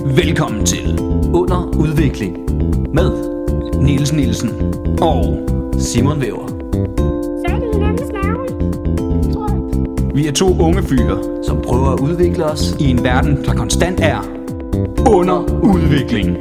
Velkommen til Under Udvikling med Niels Nielsen og Simon Væver. Så er det hinandens navn, tror jeg. Vi er to unge fyre, som prøver at udvikle os i en verden, der konstant er under udvikling.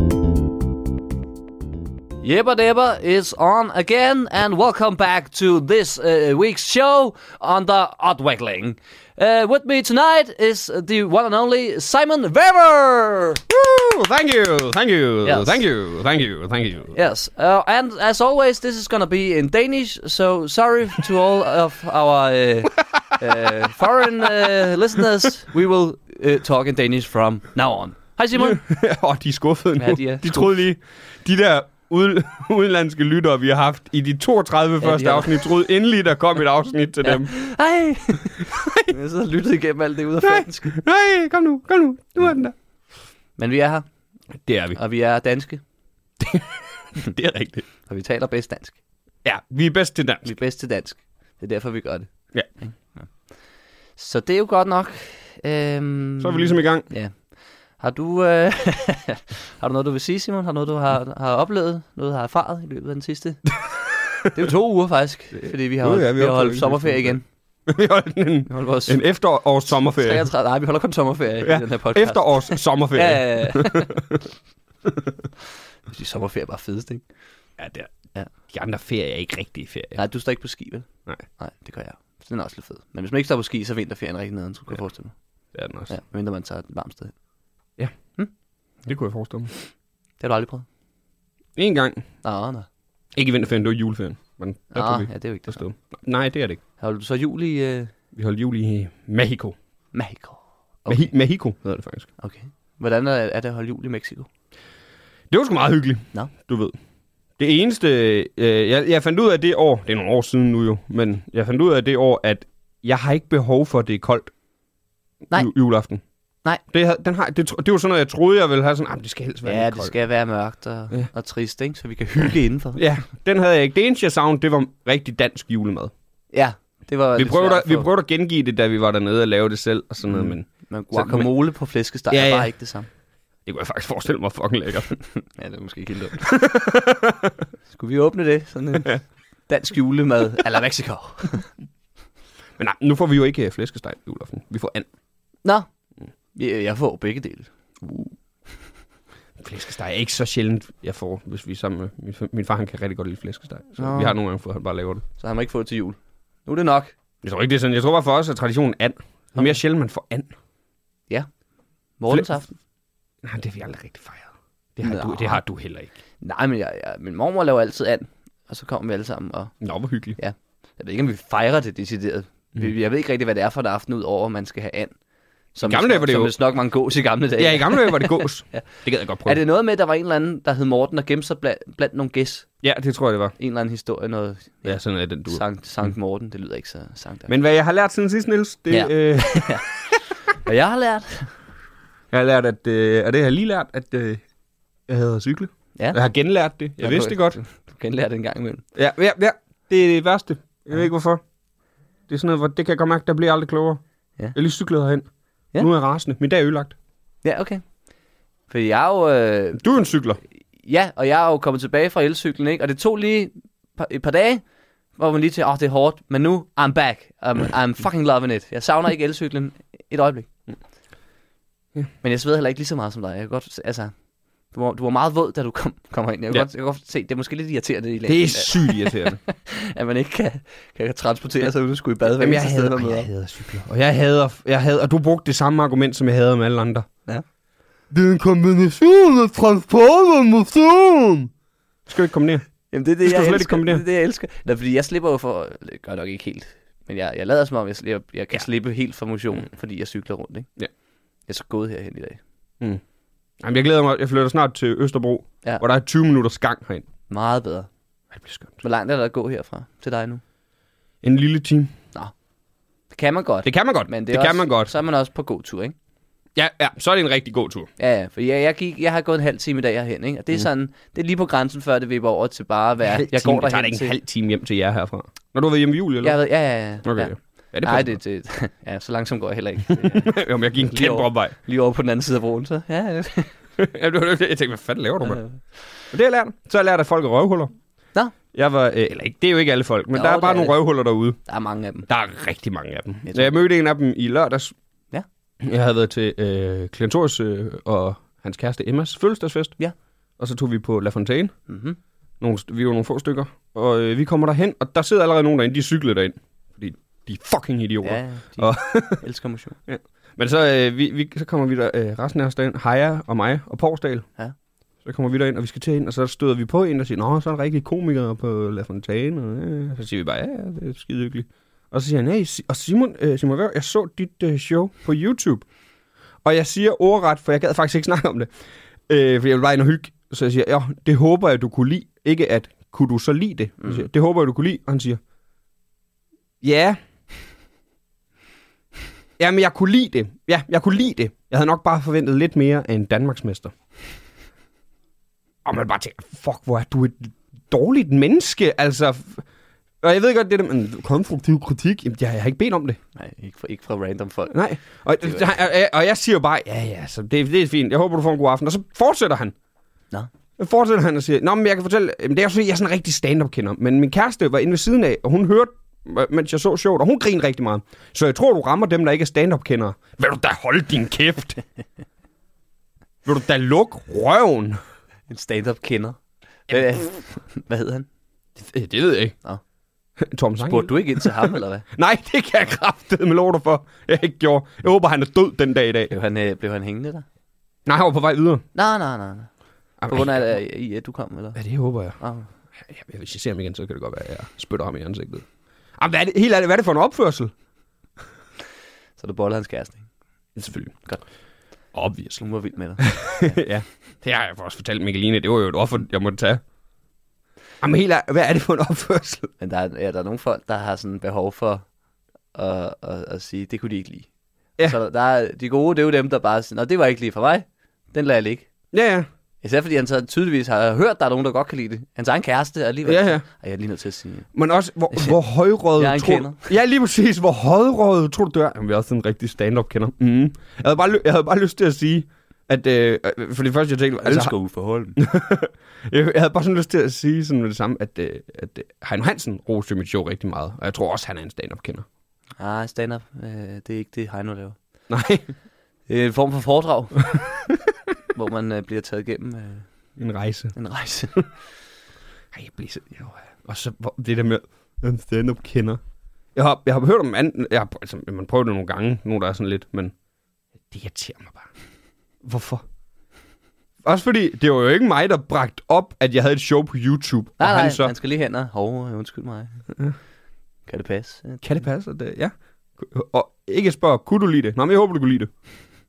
Yebba Debba is on again, and welcome back to this week's show under Udvikling. With me tonight is the one and only Simon Weber. Woo! Thank you. Yes. Thank you. Yes, and as always, this is gonna be in Danish, so sorry to all of our foreign listeners. We will talk in Danish from now on. Hej Simon. De er skuffede nu. Ja, de er de troede lige, de der udenlandske lyttere, vi har haft i de 32 første afsnit, troede endelig, der kom et afsnit til dem. Hej. Jeg sidder og lyttet igennem alt det ud af fransk. Nej, kom nu. Nu er den der. Men vi er her, Det er vi. og vi er danske, Det er rigtigt. og vi taler bedst dansk. Ja, vi er bedst til dansk. Vi er bedst til dansk. Det er derfor, vi gør det. Ja. Så det er jo godt nok. Så er vi ligesom i gang. Ja. Har du, har du noget, du vil sige, Simon? Har du noget, du har oplevet? Noget, du har erfaret i løbet af den sidste? Det er jo 2 uger, faktisk. Fordi vi har holdt sommerferie igen. Vi holder Vi holder vores en efterårs sommerferie. 33, nej, vi holder kun sommerferie i den her podcast. Efterårs sommerferie. Ja. De sommerferie er bare fedest, ikke? Ja, det er. Ja. De andre ferie er ikke rigtige ferie. Nej, du står ikke på ski, vel? Nej. Nej, det gør jeg. Så den er også lidt fed. Men hvis man ikke står på ski, så er vinterferien rigtig nederen, så kan jeg forestille mig. Det er den også. Ja, mindre man tager et varmt sted. Det kunne jeg forestille mig. Det har du aldrig prøvet? En gang. Nå. Ikke i vinterferien, det var juleferien. Men der tog vi Ja, det er jo ikke det afsted. Nej, det er det ikke. Har du så jul i Vi holdt jul i Mexico. Mexico? Mexico hedder det faktisk. Okay. Hvordan er det at holde jul i Mexico? Det var sgu meget hyggeligt, Nå. du ved. Det eneste, jeg fandt ud af det år, det er nogle år siden nu jo, men jeg fandt ud af det år, at jeg har ikke behov for, at det er koldt juleaften. Nej. Det var sådan noget, jeg troede, jeg ville have sådan, det skal helst være lidt Ja, koldt. det skal være mørkt og trist, ikke? Så vi kan hygge indenfor. Ja, den havde jeg ikke. Det eneste, jeg savnede, det var rigtig dansk julemad. Ja, det var Vi prøvede at gengive det, da vi var dernede og lave det selv og sådan noget, men guacamole på flæskesteg er bare ikke det samme. det kunne jeg faktisk forestille mig fucking lækkert. Ja, det er måske ikke helt dumt. Skulle vi åbne det? Sådan en dansk julemad a la Mexico. Men nej, nu får vi jo ikke flæskesteg juleaften. Vi får and. Nå, jeg får begge dele. Flæskesteg er ikke så sjældent, jeg får, hvis vi er sammen med min far, han kan rigtig godt lide flæskesteg. Så Nå. vi har nogle gange fået, at han bare laver det. Så har man ikke fået til jul. Nu er det nok. Jeg tror ikke, det er sådan. Jeg tror bare for os, at traditionen and. Det er mere sjældent, man får and. Morgens aften. Nej, det har vi aldrig rigtig fejret. Det har du heller ikke. Nej, men min mormor laver altid and. Og så kommer vi alle sammen og... Nå, hvor hyggeligt. Ja. Jeg ved ikke, om vi fejrer det decideret. Jeg ved ikke rigtig, hvad det er for en aften ud over, at man skal have and. Som gamle dage var det jo... Som nok var en gås i gamle dage. Ja, i gamle dage var det gås. Ja. Det gad jeg godt prøve. Er det noget med, at der var en eller anden, der hed Morten, og gemte sig blandt nogle gæs? Ja, det tror jeg, det var. En eller anden historie, noget... Ja, sådan er den du. Sankt Morten, det lyder ikke så sankt. Men hvad jeg har lært siden sidst, Niels, det... Ja. Hvad jeg har lært? Jeg har lært, at... og det har jeg lige lært, at jeg hader cykle. Ja. Jeg har genlært det. Jeg vidste det godt. Du genlærer det en gang imellem. Ja. Det er det værste. Jeg ved ikke, hvorfor. Det er sådan noget, hvor det kan jeg godt mærke, der bliver aldrig klogere. Ja. Jeg er lige cyklet herhen. Ja. Nu er jeg rasende. Min dag er ødelagt. Ja, okay. For jeg er jo... Du er en cykler. Ja, og jeg er jo kommet tilbage fra elcyklen, ikke? Og det tog lige et par dage, hvor man lige til, det er hårdt. Men nu, I'm back. I'm fucking loving it. Jeg savner ikke elcyklen et øjeblik. Ja. Men jeg sveder heller ikke lige så meget som dig. Jeg kan godt, altså... Du var meget våd, da du kom ind. Jeg kan godt se, det er måske lidt irriterende i længden. Det er sygt irriterende. At man ikke kan transportere sig, uden at skulle i bad. Jamen, jeg hader cykler. Og jeg hader, og du brugte det samme argument, som jeg havde med alle andre. Ja. Det er en kombination af transport og motion. Skal du ikke komme ned? Jamen, det er det, jeg jeg elsker. Det er det, jeg elsker. Nej, fordi jeg slipper jo for... Det gør nok ikke helt. Men jeg lader som om, jeg kan slippe helt for motion, fordi jeg cykler rundt, ikke? Ja. Jeg er så gået herhen i dag. Jamen, jeg glæder mig. Jeg flytter snart til Østerbro, hvor der er 20 minutters gang herind. Meget bedre. Det bliver skønt. Hvor langt er der at gå herfra til dig nu? En lille time. Nå. Det kan man godt. Det kan man godt. Men det kan man godt. Så er man også på god tur, ikke? Ja, så er det en rigtig god tur. Ja, for jeg har gået en halv time i dag herhen, ikke? Og det er sådan, det er lige på grænsen, før det vipper over til bare at være... Jeg går derhen. Det tager ikke en halv time hjem til jer herfra. Når du har været hjemme i jul, eller? Ja. Okay. Ja. Ja, det Nej, ja, så langsomt går jeg heller ikke. jo, men jeg gik en kæmpe opvej. Lige over på den anden side af broen, så ja. Jeg tænkte, hvad fanden laver du, mand? Men det har jeg lært. Så har jeg lært, at folk er røvhuller. Nå. Jeg var, eller ikke, det er jo ikke alle folk, men der er bare nogle røvhuller derude. Der er mange af dem. Der er rigtig mange af dem. Jeg mødte en af dem i lørdags. Ja. Jeg havde været til Clentorius og hans kæreste Emmas fødselsdagsfest. Ja. Og så tog vi på La Fontaine. Mhm. Vi var nogle få stykker. Og vi kommer derhen, og der sidder allerede nogen derinde, de cyklede derind. Fordi de er fucking idioter. Ja, de elsker motion. Ja. Men så, så kommer vi der, resten af os derind, Haja og mig og Porsdal. Ja. Så kommer vi derind, og vi skal til ind, og så støder vi på en, der siger, nå, så er der rigtig komikere på La Fontaine. Og så siger vi bare, ja, det er skide hyggeligt. Og så siger han, hey, og Simon Væver, jeg så dit show på YouTube. Og jeg siger ordret, for jeg gad faktisk ikke snakke om det. For jeg vil bare ind og hygge. Så jeg siger, ja, det håber jeg, du kunne lide. Ikke at, kunne du så lide det? Jeg siger, det håber jeg, du kunne lide. Og han siger, ja. Jamen, jeg kunne lide det. Ja, jeg kunne lide det. Jeg havde nok bare forventet lidt mere af en Danmarksmester. Og man bare tænker, fuck, hvor er du et dårligt menneske, altså. Og jeg ved godt, det der, men konstruktiv kritik, jamen, jeg har ikke bedt om det. Nej, ikke fra random folk. Nej, og jeg siger jo bare, ja, så det er fint, jeg håber, du får en god aften. Og så fortsætter han. Nå. Fortsætter han og siger, nå, men jeg kan fortælle, det er jo fordi, jeg er sådan en rigtig stand-up-kender, men min kæreste var inde ved siden af, og hun hørte, mens jeg så showet, og hun grinede rigtig meget. Så jeg tror, du rammer dem, der ikke er stand-up-kendere. Vil du da holde din kæft? Vil du da lukke røven? En stand-up-kender. Hvad hedder han? Det ved jeg ikke. Nå. Tom Sang. Spurgte du ikke ind til ham, eller hvad? Nej, det kan jeg kraftedeme love dig for. Jeg ikke gjorde. Jeg håber, han er død den dag i dag. Blev han hængende der? Nej, han var på vej videre. Nej. På grund af, at du kom, eller? Ja, det håber jeg. Ah. Hvis jeg ser ham igen, så kan det godt være, at jeg spytter ham i ansigtet. Jamen, hvad er det for en opførsel? Så du boller hans kæreste, ikke? Ja, selvfølgelig. Godt. Obviously. Hun var vild med dig. Ja. Det har jeg også fortalt Mikkeline. Det var jo et offer, jeg måtte tage. Jamen, hvad er det for en opførsel? Men der er nogle folk, der har sådan behov for at sige, det kunne de ikke lide. Ja. Så de gode, det er jo dem, der bare siger, nå, det var ikke lige for mig. Den lader jeg ligge. Ja. Især fordi han så tydeligvis har hørt, at der er nogen, der godt kan lide det. Hans egen kæreste er alligevel. Ja. Og jeg er lige nødt til at sige. Men også, hvor højrøget jeg er en kender. Ja, lige præcis. Hvor højrøget tror du er? Jamen, jeg er også en rigtig stand-up-kender. Jeg havde bare lyst til at sige, at for det første, jeg tænkte... Jeg elsker uforholden. Jeg havde bare sådan lyst til at sige sådan det samme, at Heino Hansen roste mit show rigtig meget. Og jeg tror også, han er en stand-up-kender. Stand-up. Det er ikke det, Heino laver. Nej. Det er en form for foredrag, hvor man bliver taget igennem en rejse. Ej, jeg bliver så... Og så det der med en stand-up-kender. Jeg har hørt om anden... man prøver det nogle gange, nogle der er sådan lidt, men det irriterer mig bare. Hvorfor? Også fordi, det var jo ikke mig, der bragte op, at jeg havde et show på YouTube. Nej, han skal lige hen og... undskyld mig. Kan det passe? Kan det passe? Ja. Og ikke spørge, kunne du lide det? Nå, men jeg håber, du kunne lide det.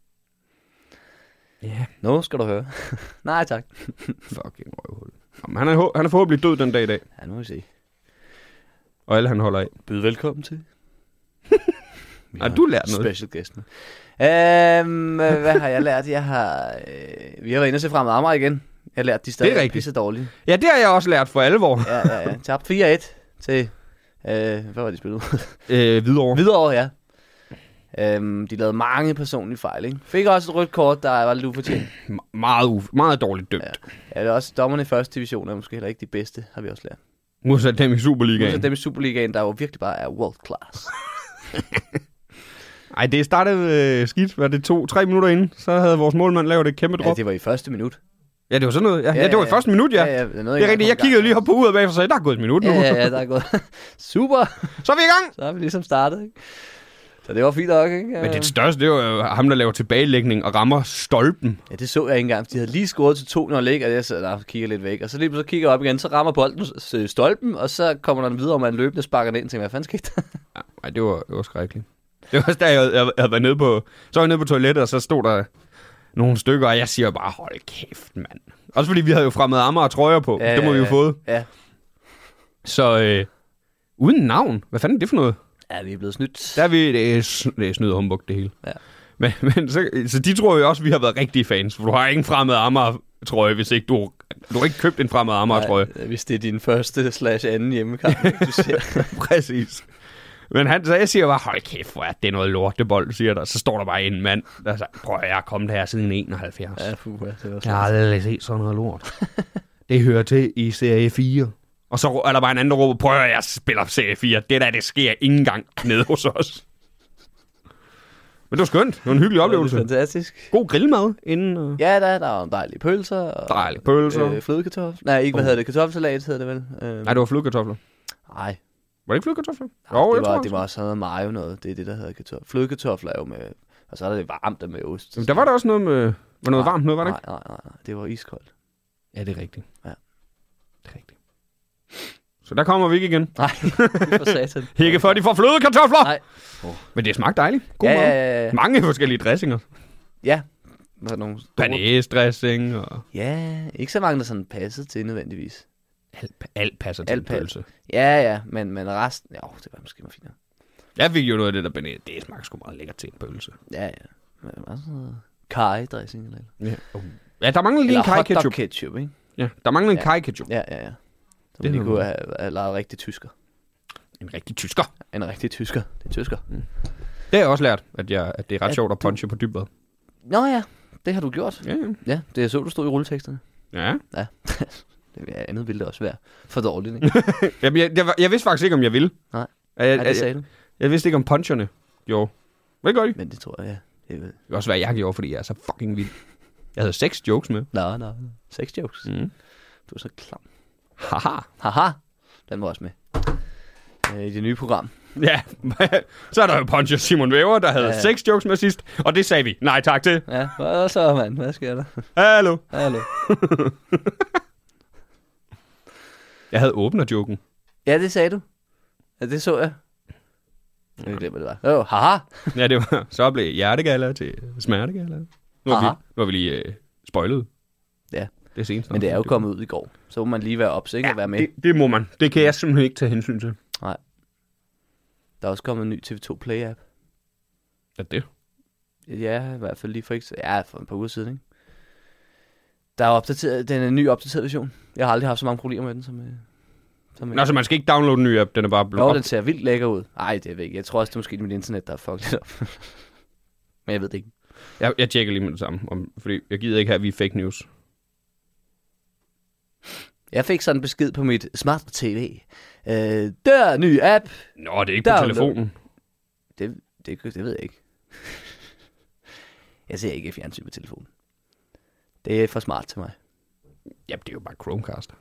Ja. Yeah. Nå, skal du høre. Nej, tak. Fucking røvhul. Han er forhåbentlig død den dag i dag. Ja, nu må vi se. Og alle han holder af. Byd velkommen til. Har du lært noget? Special guest nu. Hvad har jeg lært? Vi har været inde og se Fremad Amager igen. Jeg har lært, de stadig er pisse dårlige. Ja, det har jeg også lært for alvor. Ja. Tabt 4-1 til... hvad var de spillet? Hvidovre, ja. De lavede mange personlige fejl, ikke? Fik også et rødt kort, der var lidt ufortjent. Meget dårligt dømt. Ja, det er også dommerne i første division, er måske heller ikke de bedste, har vi også lært. Modsat dem i Superligaen. Modsat dem i Superligaen, der jo virkelig bare er world class. Ej, det startede skidt. Var det 2-3 minutter inden, så havde vores målmand lavet et kæmpe drop. Ja, det var i første minut. Ja, det var sådan noget. Ja, det var i første minut, ja. Det er rigtigt. Jeg kiggede lige op på uret bag og sagde, der er gået et minut nu. Ja, der er gået. Super. Så er vi i gang. Så har vi ligesom startet, ikke? Så det var fint nok, ikke? Men det største, det var jo ham, der laver tilbagelægning og rammer stolpen. Ja, det så jeg ikke engang. De havde lige scoret til 2-0, ikke? Og jeg sidder der og kigger lidt væk. Og så lige så kigger jeg op igen, så rammer bolden stolpen, og så kommer der videre, og man løbende sparker den ind, og tænker, hvad fanden skete der? Ja, nej, det var skrækkeligt. Det var også der, jeg havde været nede på... Så var jeg nede på toilettet, og så stod der nogle stykker, og jeg siger bare, hold kæft, mand. Også fordi vi havde jo Fremad Amager trøjer på. Ja, det må vi jo fået. Ja. Så uden navn. Hvad fanden er det for noget? Ja, vi er blevet snydt. Der er vi... Det er snyd og humbug, det hele. Ja. Men så de tror jo også, at vi har været rigtige fans. For du har ikke en Fremad Amager trøje, hvis ikke du har ikke købt en Fremad Amager trøje. Nej, hvis det er din første / anden hjemmekamp, du ser. Præcis. Men så jeg siger bare, hold kæft, hvor er det noget lortebold, siger der. Så står der bare en mand, der siger, prøv at jeg er kommet her siden 71. Ja, det var jeg har aldrig set sådan noget lort. Det hører til i serie 4. Og så er der bare en anden, der råber, prøv at jeg spiller serie 4. Det sker ikke engang nede hos os. Men det var skønt. Det var en hyggelig oplevelse. Det var fantastisk. God grillmad inden. Ja, der var dejlige pølser. Flødekartofler. Nej, ikke, hvad hedder det? Kartoffelsalat hedder det vel? Nej, det var flødekartofler. Nej. Var det ikke flødekartofler? Jo, det var sådan noget mayo noget. Det er det, der hedder kartofler. Flødekartofler er jo med... Og så er det varmt med ost. Jamen, der var der også noget med... Var noget varmt noget, var det ikke? Nej. Det var iskoldt. Ja, det er rigtigt. Ja. Det er rigtigt. Så der kommer vi ikke igen. Nej, for satan. Ikke for, de får flødekartofler! Nej. Men det smagte dejligt. God mad. Ja. Mange forskellige dressinger. Ja. Der nogle store... Banæsdressing og... Ja, ikke så mange, der sådan passede til nødvendigvis. Alt passer til en pølse. Ja, men resten... Ja, det var måske meget finere. Jeg fik jo noget af det der banæs. Det smager sgu meget lækkert til en pølse. Ja. Men det var sådan noget kaj-dressing eller noget. Ja, der mangler lige en kaj-ketchup. Eller hotdog-ketchup, ikke? Ja, der mangler en kaj-ketchup. Ja. Så man lige kunne have lavet rigtig tysker. En rigtig tysker. En rigtig tysker. Det er tysker. Det har jeg også lært, at det er ret sjovt at punche på dybet. Nå ja, det har du gjort. Ja, det er så, du stod i rulleteksterne. Ja. Andet ville det også være for dårligt, ikke? jeg vidste faktisk ikke, om jeg ville. Nej, det sagde du. Jeg vidste ikke, om puncherne gjorde. Hvad gør de? Men det tror jeg, ja. Det kan også være, jeg gjorde, fordi jeg er så fucking vild. Jeg havde 6 jokes med. Nå. 6 jokes? Du er så klam. Haha. Den var også med. I det nye program. Ja, så er der jo Pontius Simon Væver, der havde 6 jokes med sidst, og det sagde vi nej tak til. Ja, hvad så, mand? Hvad sker der? Hallo. Jeg havde åbner-joken. Ja, det sagde du. Ja, det så jeg. Jeg glemmer, det var. Haha. Ja, det var. Så blev hjertegala til smertegala. Nu har vi lige spoilet. Ja. Det seneste. Men det er jo kommet ud i går. Så må man lige være ops, ikke? Ja, at være med. Det må man. Det kan jeg simpelthen ikke tage hensyn til. Nej. Der er også kommet en ny TV2 Play-app. Er det? Ja, i hvert fald lige for et par uger siden, ikke? Der er opdateret, den er en ny opdateret version. Jeg har aldrig haft så mange problemer med den, som Nå, så man skal ikke downloade en ny app, den er bare blevet den ser vildt lækker ud. Ej, det er ikke. Jeg tror også, det er måske mit internet, der er fucket lidt op. Men jeg ved det ikke. Jeg tjekker lige med det samme, fordi jeg gider ikke have, at vi er fake news. Jeg fik sådan en besked på mit smart TV. Der er ny app. Nå, det er ikke på telefonen. Det ved jeg ikke. Jeg ser ikke fjernsyn på telefonen. Det er for smart til mig. Jamen, det er jo bare Chromecast.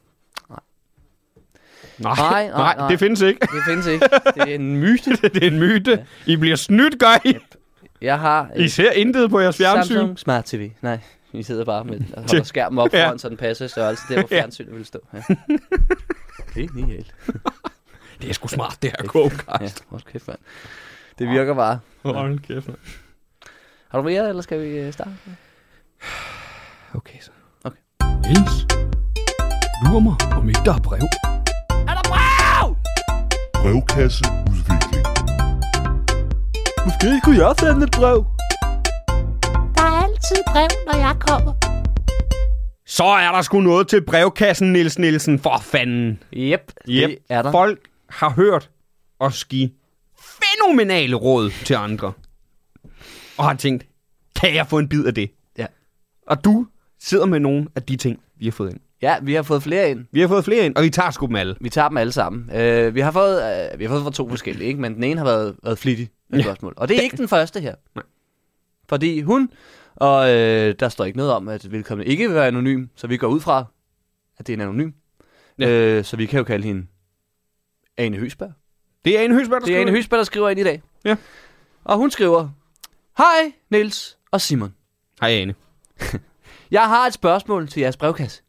Nej, det findes ikke. Det findes ikke. Det er en myte. Det er en myte. Ja. I bliver snydt, guy. Jeg har... I ser intet på jeres fjernsyn. Samsung Smart TV. Nej, vi sidder bare med og holder skærmen op foran, så den passer størrelse der, hvor fjernsynet vil stå. Ja. Genialt. Det er sgu smart, det her Chromecast. Ja, hold kæft, mand. Det virker bare. Hold kæft, mand. Har du mere, eller skal vi starte? Okay, så. Okay. Niels, lurer mig, om ikke der er brev. Er der brev? Brevkasseudvikling. Måske kunne jeg sende et brev. Der er altid brev, når jeg kommer. Så er der sgu noget til brevkassen, Niels Nielsen, for fanden. Yep, det er der. Folk har hørt os give fænomenale råd til andre. Og har tænkt, kan jeg få en bid af det? Ja. Og du sidder med nogle af de ting, vi har fået ind. Ja, vi har fået flere ind. Vi har fået flere ind, og vi tager sgu dem alle. Vi tager dem alle sammen. Vi har fået fra 2 forskellige, ikke? Men den ene har været flittig med spørgsmål. Og det er ikke den første her. Nej. Fordi hun, og der står ikke noget om, at vedkommende ikke vil være anonym, så vi går ud fra, at det er en anonym. Ja. Så vi kan jo kalde hende Ane Høsberg. Det er Ane Høsberg, der skriver ind i dag. Ja. Og hun skriver, hej Niels og Simon. Hej Ane. Jeg har et spørgsmål til jeres brevkasse.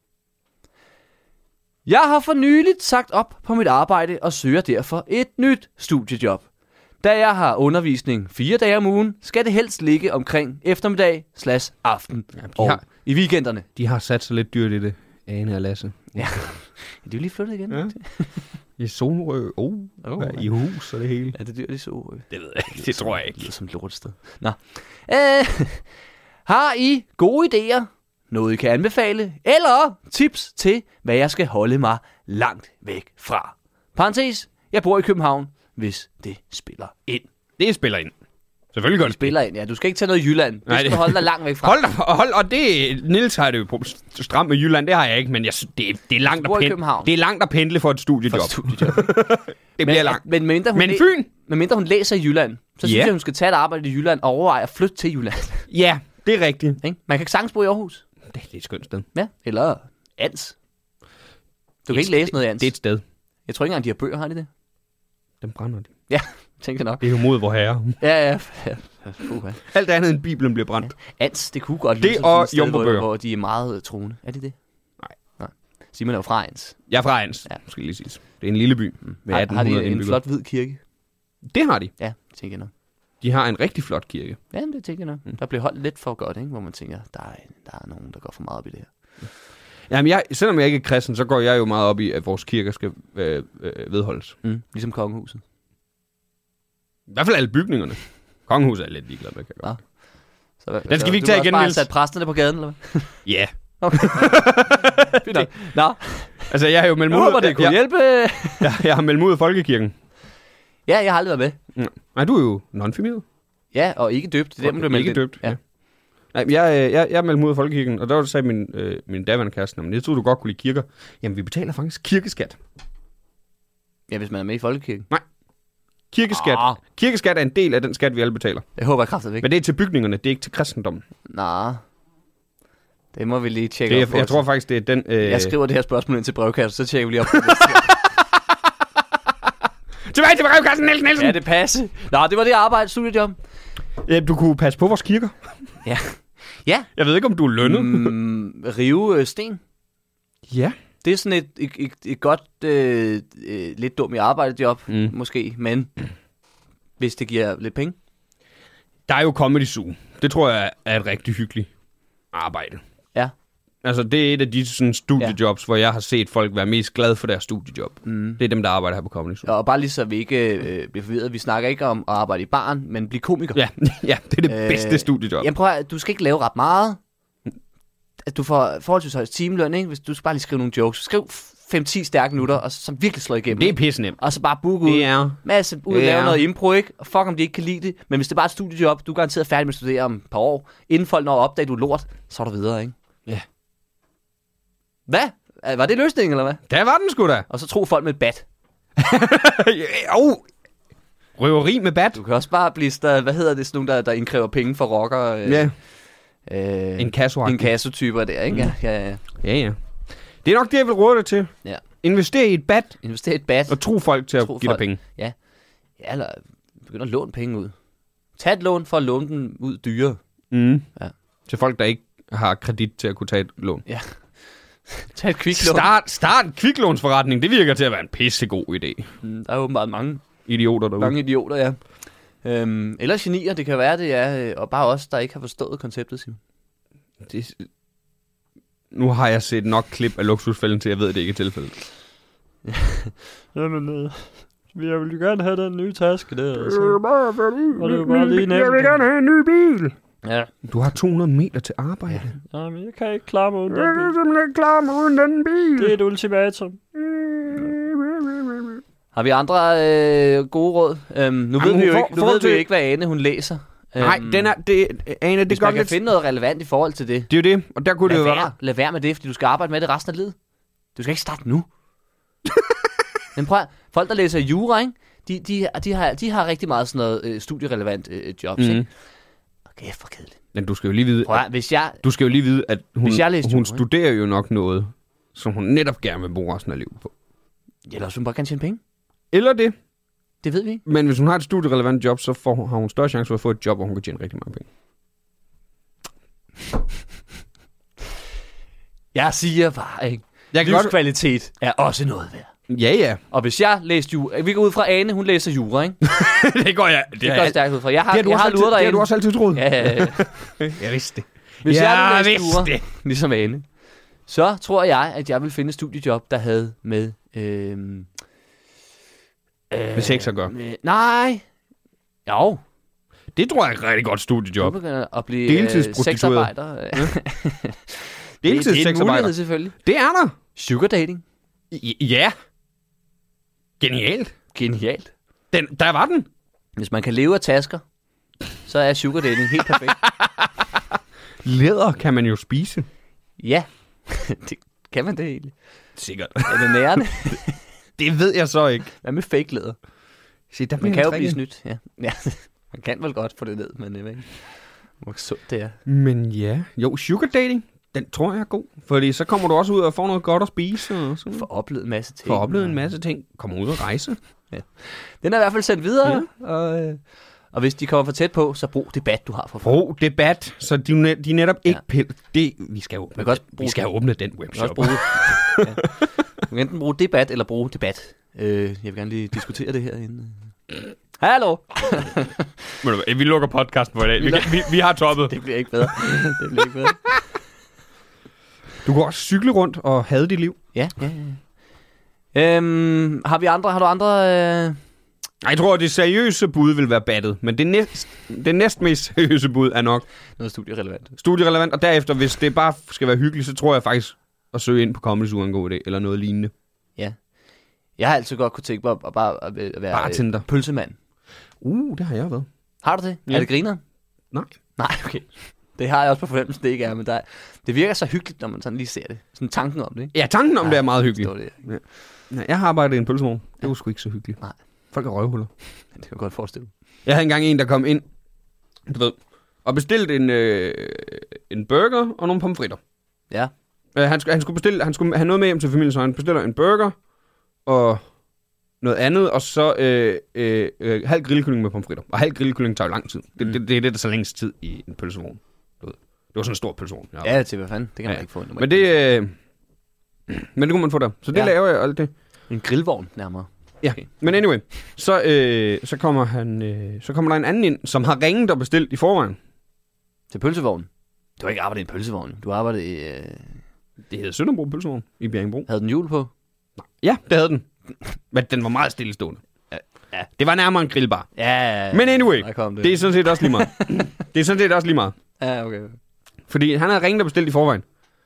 Jeg har for nyligt sagt op på mit arbejde og søger derfor et nyt studiejob. Da jeg har undervisning 4 dage om ugen, skal det helst ligge omkring eftermiddag/aften og i weekenderne. De har sat sig lidt dyrt i det, Ane og Lasse. Ja, de er jo lige flyttet igen. Ja. I Solrød, i hus og det hele. Ja, det er dyrt i Solrød. Det ved jeg ikke, det tror jeg ikke. Det lyder som et lortested. Nå. Har I gode idéer? Noget I kan anbefale? Eller tips til, hvad jeg skal holde mig langt væk fra? Parentes, jeg bor i København, hvis det spiller ind. Det spiller ind. Selvfølgelig gør det. Spiller ind, ja. Du skal ikke tage noget i Jylland. Det skal du holde dig langt væk fra. Hold, og det... Niels har det jo stramt med Jylland, det har jeg ikke, men det er langt at pendle. Det er langt at pendle for et studiejob. Det bliver langt. Men Fyn? Men mindre hun læser i Jylland, så synes jeg, hun skal tage et arbejde i Jylland og overveje at flytte til Jylland. Ja, det er rigtigt. Man kan sagtens bo i Aarhus. Det er et skønt sted. Ja, eller Ans. Du kan ikke læse noget i Ans. Det er et sted. Jeg tror ikke engang, de har bøger, har de det? Dem brænder de. Ja, tænker nok. Det er jo mod vor herre. Ja. Alt andet end Bibelen bliver brændt. Ja. Ans, det kunne godt lyde som et sted, hvor de er meget troende. Er det det? Nej. Simon er jo fra Ans. Jeg er fra Ans, skal lige siges. Det er en lille by med 1800 Har de en indbyggere. flot hvid kirke? Det har de. Ja, tænker jeg nok. De har en rigtig flot kirke. Ja, det tænker jeg nok. Der bliver holdt lidt for godt, ikke? Hvor man tænker, der er nogen, der går for meget op i det her. Jamen, selvom jeg ikke er kristen, så går jeg jo meget op i, at vores kirker skal vedholdes. Ligesom kongehuset. I hvert fald alle bygningerne. Kongehuset er lidt ligeglad med, kan jeg godt. Den skal vi ikke tage igen, Niels. Du har bare sat præsterne på gaden, eller hvad? Ja. Okay. Nå. Altså, jeg har jo meldt ud... Jeg håber, det kunne hjælpe. Jeg har meldt ud af folkekirken. Ja, jeg har aldrig været med. Nej, du er jo non-firmeret. Ja, og ikke døbt. Det er dem, ikke døbt, ja. Nej, jeg meldte mig ud af folkekirken, og der sagde min daværende kæreste, men jeg troede, du godt kunne lide kirker. Jamen, vi betaler faktisk kirkeskat. Ja, hvis man er med i folkekirken. Nej. Kirkeskat. Kirkeskat er en del af den skat, vi alle betaler. Jeg håber, jeg kraftigt væk. Men det er til bygningerne, det er ikke til kristendommen. Nej. Det må vi lige tjekke op på. Jeg tror faktisk, det er den... Jeg skriver det her spørgsmål ind til brevkassen, så tjekker vi lige op på det. Tilbage til brevkassen, Nielsen! Ja, det passer. Nå, det var det arbejde, studiejob. Ja, du kunne passe på vores kirker. Ja. Jeg ved ikke, om du er lønnet. Rive sten. Ja. Det er sådan et godt, lidt dumt i arbejdejob, måske, men hvis det giver lidt penge. Der er jo Comedy Zoo. Det tror jeg er et rigtig hyggeligt arbejde. Ja. Altså, det er et af de sådan, studiejobs, hvor jeg har set folk være mest glade for deres studiejob. Det er dem, der arbejder her på Comedy Zoo. Ja, og bare lige så vi ikke bliver forvirret. Vi snakker ikke om at arbejde i baren, men blive komiker. Ja, det er det bedste studiejob. Jamen prøv at, du skal ikke lave ret meget. Du får forholdsvis højst timeløn, ikke? Hvis du skal bare lige skrive nogle jokes. Skriv 5-10 stærke minutter, og så virkelig slå igennem. Det er pissenemt. Og så bare booke ud. Masse ud og lave noget impro, ikke? Og fuck om de ikke kan lide det. Men hvis det er bare et studiejob, du er garanteret færdig med at studere om et par år. Inden folk når at opdage, du er lort, så er du videre, ikke? Ja. Hvad? Var det løsningen, eller hvad? Der var den sgu da. Og så tro folk med et bat. Røveri med bat. Du kan også bare blive, hvad hedder det, sådan nogle, der indkræver penge for rocker. En kassotyper der, ikke? Ja. Det er nok det, jeg vil råde dig til. Ja. Investere i et bat. Og tro folk til at give dig penge. Ja, eller begynd at låne penge ud. Tag et lån for at låne den ud dyre. Ja. Til folk, der ikke har kredit til at kunne tage et lån. Ja. Tag et kviklån. Start en kviklånsforretning. Det virker til at være en pissegod idé. Der er åbenbart mange idioter derude. Mange idioter, ja. Eller genier, det kan være, det er. Og bare os, der ikke har forstået konceptet, Simon. Nu har jeg set nok klip af Luksusfælden, til jeg ved, at det ikke er tilfældet. Jamen, jeg vil gerne have den nye taske der. Altså. Og det er bare lige nemt. Jeg vil gerne have en ny bil. Ja. Du har 200 meter til arbejde. Ja, men jeg kan ikke klare mig uden den bil. Jeg kan simpelthen ikke klare mig uden den bil. Det er et ultimatum. Har vi andre gode råd? Nu ved vi jo ikke, hvad Ane hun læser. Nej, Ane, det man kan finde noget relevant i forhold til det. Det er jo det, og der kunne det jo være. Lad være med det, fordi du skal arbejde med det resten af livet. Du skal ikke starte nu. Men prøv, folk der læser jura, ikke? De har rigtig meget sådan noget studierelevant jobs, ikke? Okay, for kedeligt. Men du skal jo lige vide, at hun studerer jo nok noget, som hun netop gerne vil bruge resten af livet på. Eller også hun bare kan tjene penge. Eller det. Det ved vi ikke. Men hvis hun har et studierelevant job, så har hun større chance for at få et job, hvor hun kan tjene rigtig mange penge. Jeg siger bare, ikke? Livskvalitet er også noget værd. Ja. Og hvis jeg læste jura... Vi går ud fra Ane, hun læser jura, ikke? Det går jeg. Det går jeg stærkt ud fra. Jeg har luret dig. Det har du også altid troet. Ja. Jeg vidste det. Hvis jeg læste jura, ligesom Ane, så tror jeg, at jeg vil finde et studiejob, der havde med... med sex at gøre. Nej. Jo. Det tror jeg er et rigtig godt studiejob. Du begynder at blive sexarbejder. Det er en mulighed, selvfølgelig. Det er der. Sugar dating. Ja. Genialt. Der var den. Hvis man kan leve af tasker, så er sugar dating helt perfekt. Læder kan man jo spise. Ja, det, kan man det egentlig? Sikkert. Er det nærende? Det ved jeg så ikke. Hvad med fake læder? Se, der Man kan jo blive snydt, ja. Man kan vel godt få det ned, men jeg ved ikke, hvor sundt det er. Men ja, jo, sugar dating, den tror jeg er god. Fordi så kommer du også ud og får noget godt at spise. Og sådan. For oplevet en masse ting. For oplevet en masse ting. Kommer ud og rejse. Ja. Den er i hvert fald sendt videre, og hvis de kommer for tæt på, så brug debat, du har for Brug debat, så de er netop ikke pillet. Vi skal åbne vi skal åbne den Du webshop. kan Du kan enten bruge debat, eller bruge debat. Jeg vil gerne lige diskutere det herinde. Hallo! Vi lukker podcasten for i dag. Vi har toppet. Det bliver ikke bedre. Det bliver ikke bedre. Du kan også cykle rundt og have dit liv. Ja. Har du andre... Jeg tror, at det seriøse bud vil være battet, men det næst mest seriøse bud er nok Noget studierelevant, og derefter, hvis det bare skal være hyggeligt, så tror jeg faktisk at søge ind på Comedy Zoo en god idé, eller noget lignende. Ja. Jeg har altid godt kunne tænke mig at bare være Bartender. Pølsemand. Det har jeg været. Har du det? Ja. Er det griner? Nej. Nej, okay. Det har jeg også på fornemmelsen, det ikke er, men det virker så hyggeligt, når man sådan lige ser det. Sådan tanken om det, ikke? Ja, tanken om det er meget hyggeligt. Det, Ja, jeg har arbejdet i en pølsevogn. Det var sgu ikke så hyggeligt. Nej. Folk er røvhuller. det kan jeg godt forestille. Jeg havde engang en, der kom ind, du ved, og bestilte en burger og nogle pomfritter. Ja. Han skulle have noget med hjem til familien, så han bestiller en burger og noget andet, og så halv grillkylling med pomfritter. Og halv grillkylling tager jo lang tid. Det er det, der så længst tid i en pølsevogn. Du ved. Det var sådan en stor pølsevogn. Ja, til hvad fanden? Det kan man ikke få. Men det kunne man få der. Så det laver jeg alt det. En grillvogn nærmere. Ja, okay. Men anyway, så kommer der en anden ind, som har ringet og bestilt i forvejen. Til pølsevognen? Du har ikke arbejdet i en pølsevogn. Du arbejdede i... Det hedder Sønderbro Pølsevogn i Bjerringbro. Havde den hjul på? Ja, det havde den. Men den var meget stillestående. Ja. Det var nærmere en grillbar. Ja. Men anyway, det er sådan set også lige meget. Ja, okay. Fordi han havde ringet og bestilt i forvejen.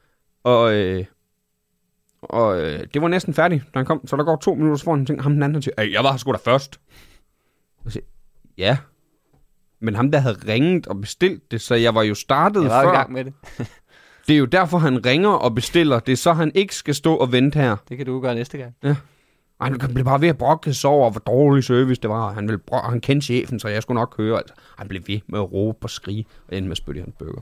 Og det var næsten færdigt, da han kom. Så der går 2 minutter, så får han tænkt, ham den anden til, jeg var her sgu da først. Og så, ja. Men ham der havde ringet og bestilt det, så jeg var jo startet før. Jeg var i gang med det. Det er jo derfor, han ringer og bestiller. Det er så, han ikke skal stå og vente her. Det kan du gøre næste gang. Ja. Og han blev bare ved at brokke sig over, hvor dårlig service det var. Han kendte chefen, så jeg skulle nok høre. Altså. Han blev ved med at råbe og skrige, og endte med at spytte i hans burger.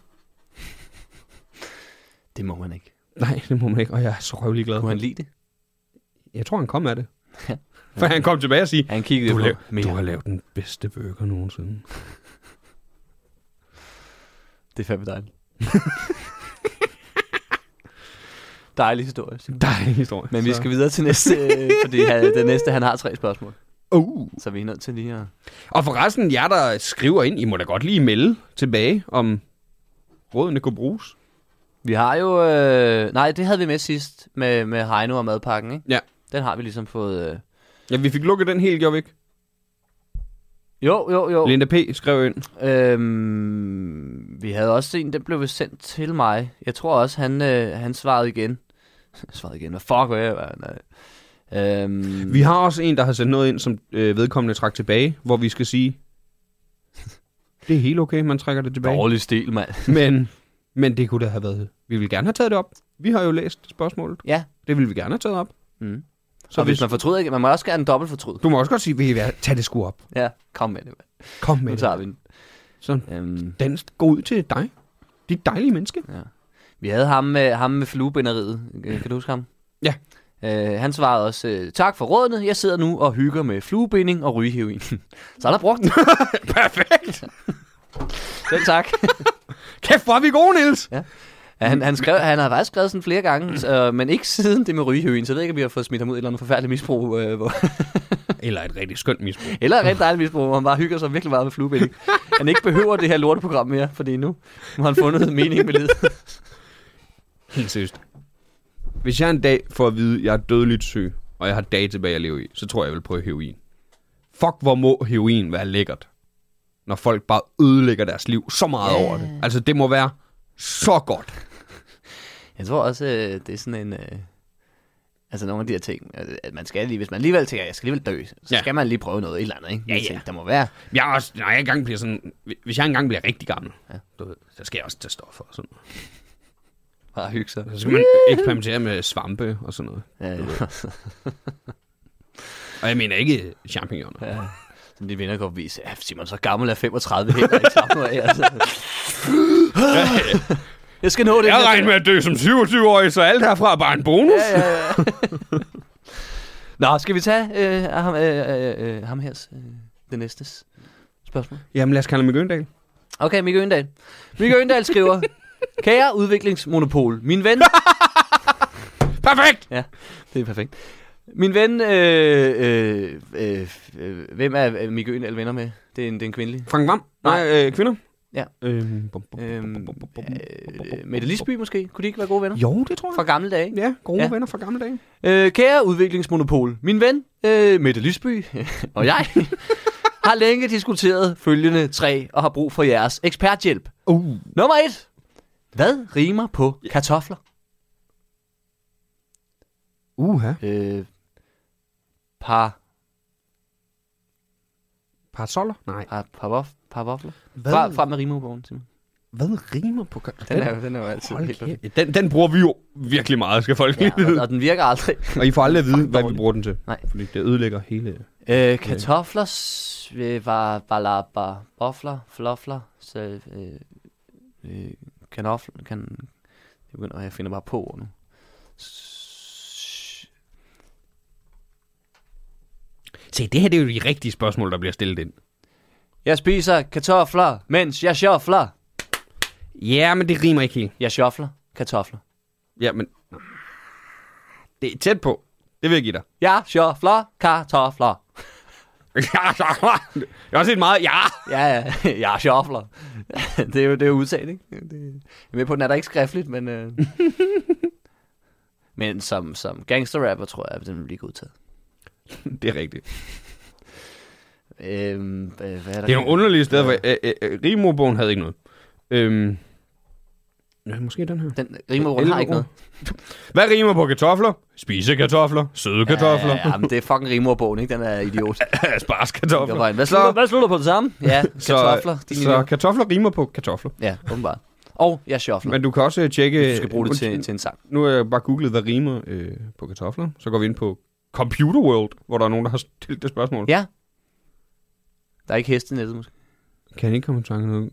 Det må man ikke. Nej, det må man ikke, og jeg er så røvlig glad. Kunne han lide det? Jeg tror, han kom af det. For han kom tilbage og sige, han kiggede du har lavet den bedste burger nogensinde. Det er fandme dejligt. Dejlig historie. Dejlig historie. Men vi skal videre til næste, fordi det næste, han har 3 spørgsmål. Så vi er nødt til lige at... Og forresten, jer der skriver ind, I må da godt lige melde tilbage, om rådene kunne bruges. Vi har jo... nej, det havde vi med sidst, med Heino og madpakken, ikke? Ja. Den har vi ligesom fået... Ja, vi fik lukket den helt, gjorde vi ikke? Jo. Linda P. skrev ind. Vi havde også en, den blev sendt til mig. Jeg tror også, han svarede igen. Hvad fuck var jeg? Vi har også en, der har sendt noget ind, som vedkommende trak tilbage, hvor vi skal sige, det er helt okay, man trækker det tilbage. Dårlig stil, mand. Men det kunne da have været... Vi vil gerne have taget det op. Vi har jo læst spørgsmålet. Ja. Det vil vi gerne have taget op. Mm. Så og hvis man fortryder ikke, man må også gerne dobbelt fortryde. Du må også godt sige, tag det sgu op. Ja, kom med det, mand. Kom med nu det. tager vi den. Så den går ud til dig. Dit dejlige menneske. Ja. Vi havde ham med fluebinderiet. Kan du huske ham? Ja. Han svarede også, tak for rådene. Jeg sidder nu og hygger med fluebinding og rygeheroin. Så han har brugt den. Perfekt. Selv tak. Kæft, hvor er vi gode, Niels. Ja. Han har faktisk skrevet sådan flere gange, men ikke siden det med rygeheroin, så jeg ved ikke, om vi har fået smidt ham ud i et eller andet forfærdeligt misbrug. Eller et rigtig skønt misbrug. Eller et rigtig dejligt misbrug, hvor han bare hygger sig virkelig meget med fluebinding. Han ikke behøver det her lorteprogram mere, fordi nu har han fundet mening med livet. Helt seriøst. Hvis jeg en dag får at vide, at jeg er dødeligt syg, og jeg har dage tilbage at leve i, så tror jeg vil prøve heroin. Fuck, hvor må heroin være lækkert, når folk bare ødelægger deres liv så meget over det. Altså, det må være så godt. Jeg tror også, det er sådan en... Altså nogle af de her ting, at man skal lige, hvis man alligevel tænker, jeg skal alligevel dø, så skal man lige prøve noget, et eller andet, ikke? Ja. Ting, der må være. Jeg også, når jeg engang bliver sådan, hvis jeg engang bliver rigtig gammel, du ved, så skal jeg også tage stoffer og sådan noget. Bare hygge sig. Så skal man eksperimentere med svampe og sådan noget. Ja. Og jeg mener ikke champignoner. Ja. Som de venner går og vise, Simon, så gammel er 35 heller ikke sammen af, altså. Jeg skal nå det. Jeg regner med at dø som 27-årig, så alt herfra er bare en bonus. Ja. Nå, skal vi tage ham her, det næste spørgsmål? Jamen lad os kalde Mikke Øgendahl. Okay, Mikke Øgendahl. Mikke Øgendahl skriver, kære udviklingsmonopol, min ven... Perfekt! Ja, det er perfekt. Min ven, hvem er Mikke Øgendahl venner med? Det er en kvindelig. Frank Vam? Nej, kvinder? Ja. Mette Lisby måske? Kunne de ikke være gode venner? Jo, det tror jeg. Fra gamle dage? Ja, gode venner fra gamle dage. Kære udviklingsmonopol, min ven, Mette Lisby og jeg har længe diskuteret følgende 3 og har brug for jeres eksperthjælp. Nummer 1. Hvad rimer på kartofler? Parasoller? Nej. Par vafler? Hvad? Fra med rimebogen, Simon. Hvad rimer på kartofler? Den er jo altid helt perfekt. Den bruger vi jo virkelig meget, skal folk lige vide. Og den virker aldrig. Og I får aldrig at vide, hvad vi bruger den til. Nej. Fordi det ødelægger hele... Kartofler var bofler, flofler, så kanofler, jeg finder bare på nu. Se, det her det er jo de rigtige spørgsmål, der bliver stillet ind. Jeg spiser kartofler, mens jeg shuffler. Ja, men det rimer ikke helt. Jeg shuffler kartofler. Ja, men... Det er tæt på. Det vil jeg give dig. Jeg shuffler kartofler. Jeg har også set meget, ja. Ja, jeg shuffler. Det er jo udtalt, ikke? Jeg er med på, den er der ikke skriftligt, men... men som gangsterrapper, tror jeg, at den vil blive godtaget. Det er rigtigt. Hvad er det er nogle underlige steder, hvor rimordbogen havde ikke noget. Ja, måske den her. Den rimordbogen har ikke noget. Hvad rimer på kartofler? Spise kartofler. Søde kartofler. Ja, men det er fucking rimordbogen, ikke? Den er idiot. Aspargeskartofler. Hvad slutter på det samme? Ja, kartofler. Så kartofler rimer på kartofler. Ja, åbenbart. Og jeg shuffler. Men du kan også tjekke... Du skal bruge det til en sang. Nu har jeg bare googlet, hvad rimer på kartofler. Så går vi ind på Computer World, hvor der er nogen, der har stillet det spørgsmål. Ja. Der er ikke heste i nettet, måske. Kan jeg ikke komme i tanke noget?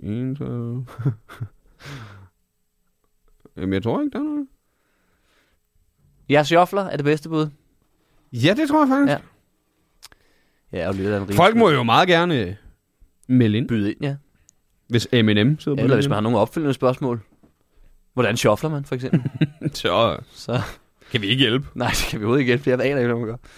Jamen, jeg tror ikke, der er noget. Jeg shuffler er det bedste bud. Ja, det tror jeg faktisk. Ja, og lidt af en folk må jo meget gerne melde ind. Byde ind, ja. Hvis M&M sidder på. Eller hvis man har nogle opfølgende spørgsmål. Hvordan shuffler man, for eksempel? så kan vi ikke hjælpe. Nej, det kan vi overhovedet ikke hjælpe. Jeg aner ikke, hvad man gør.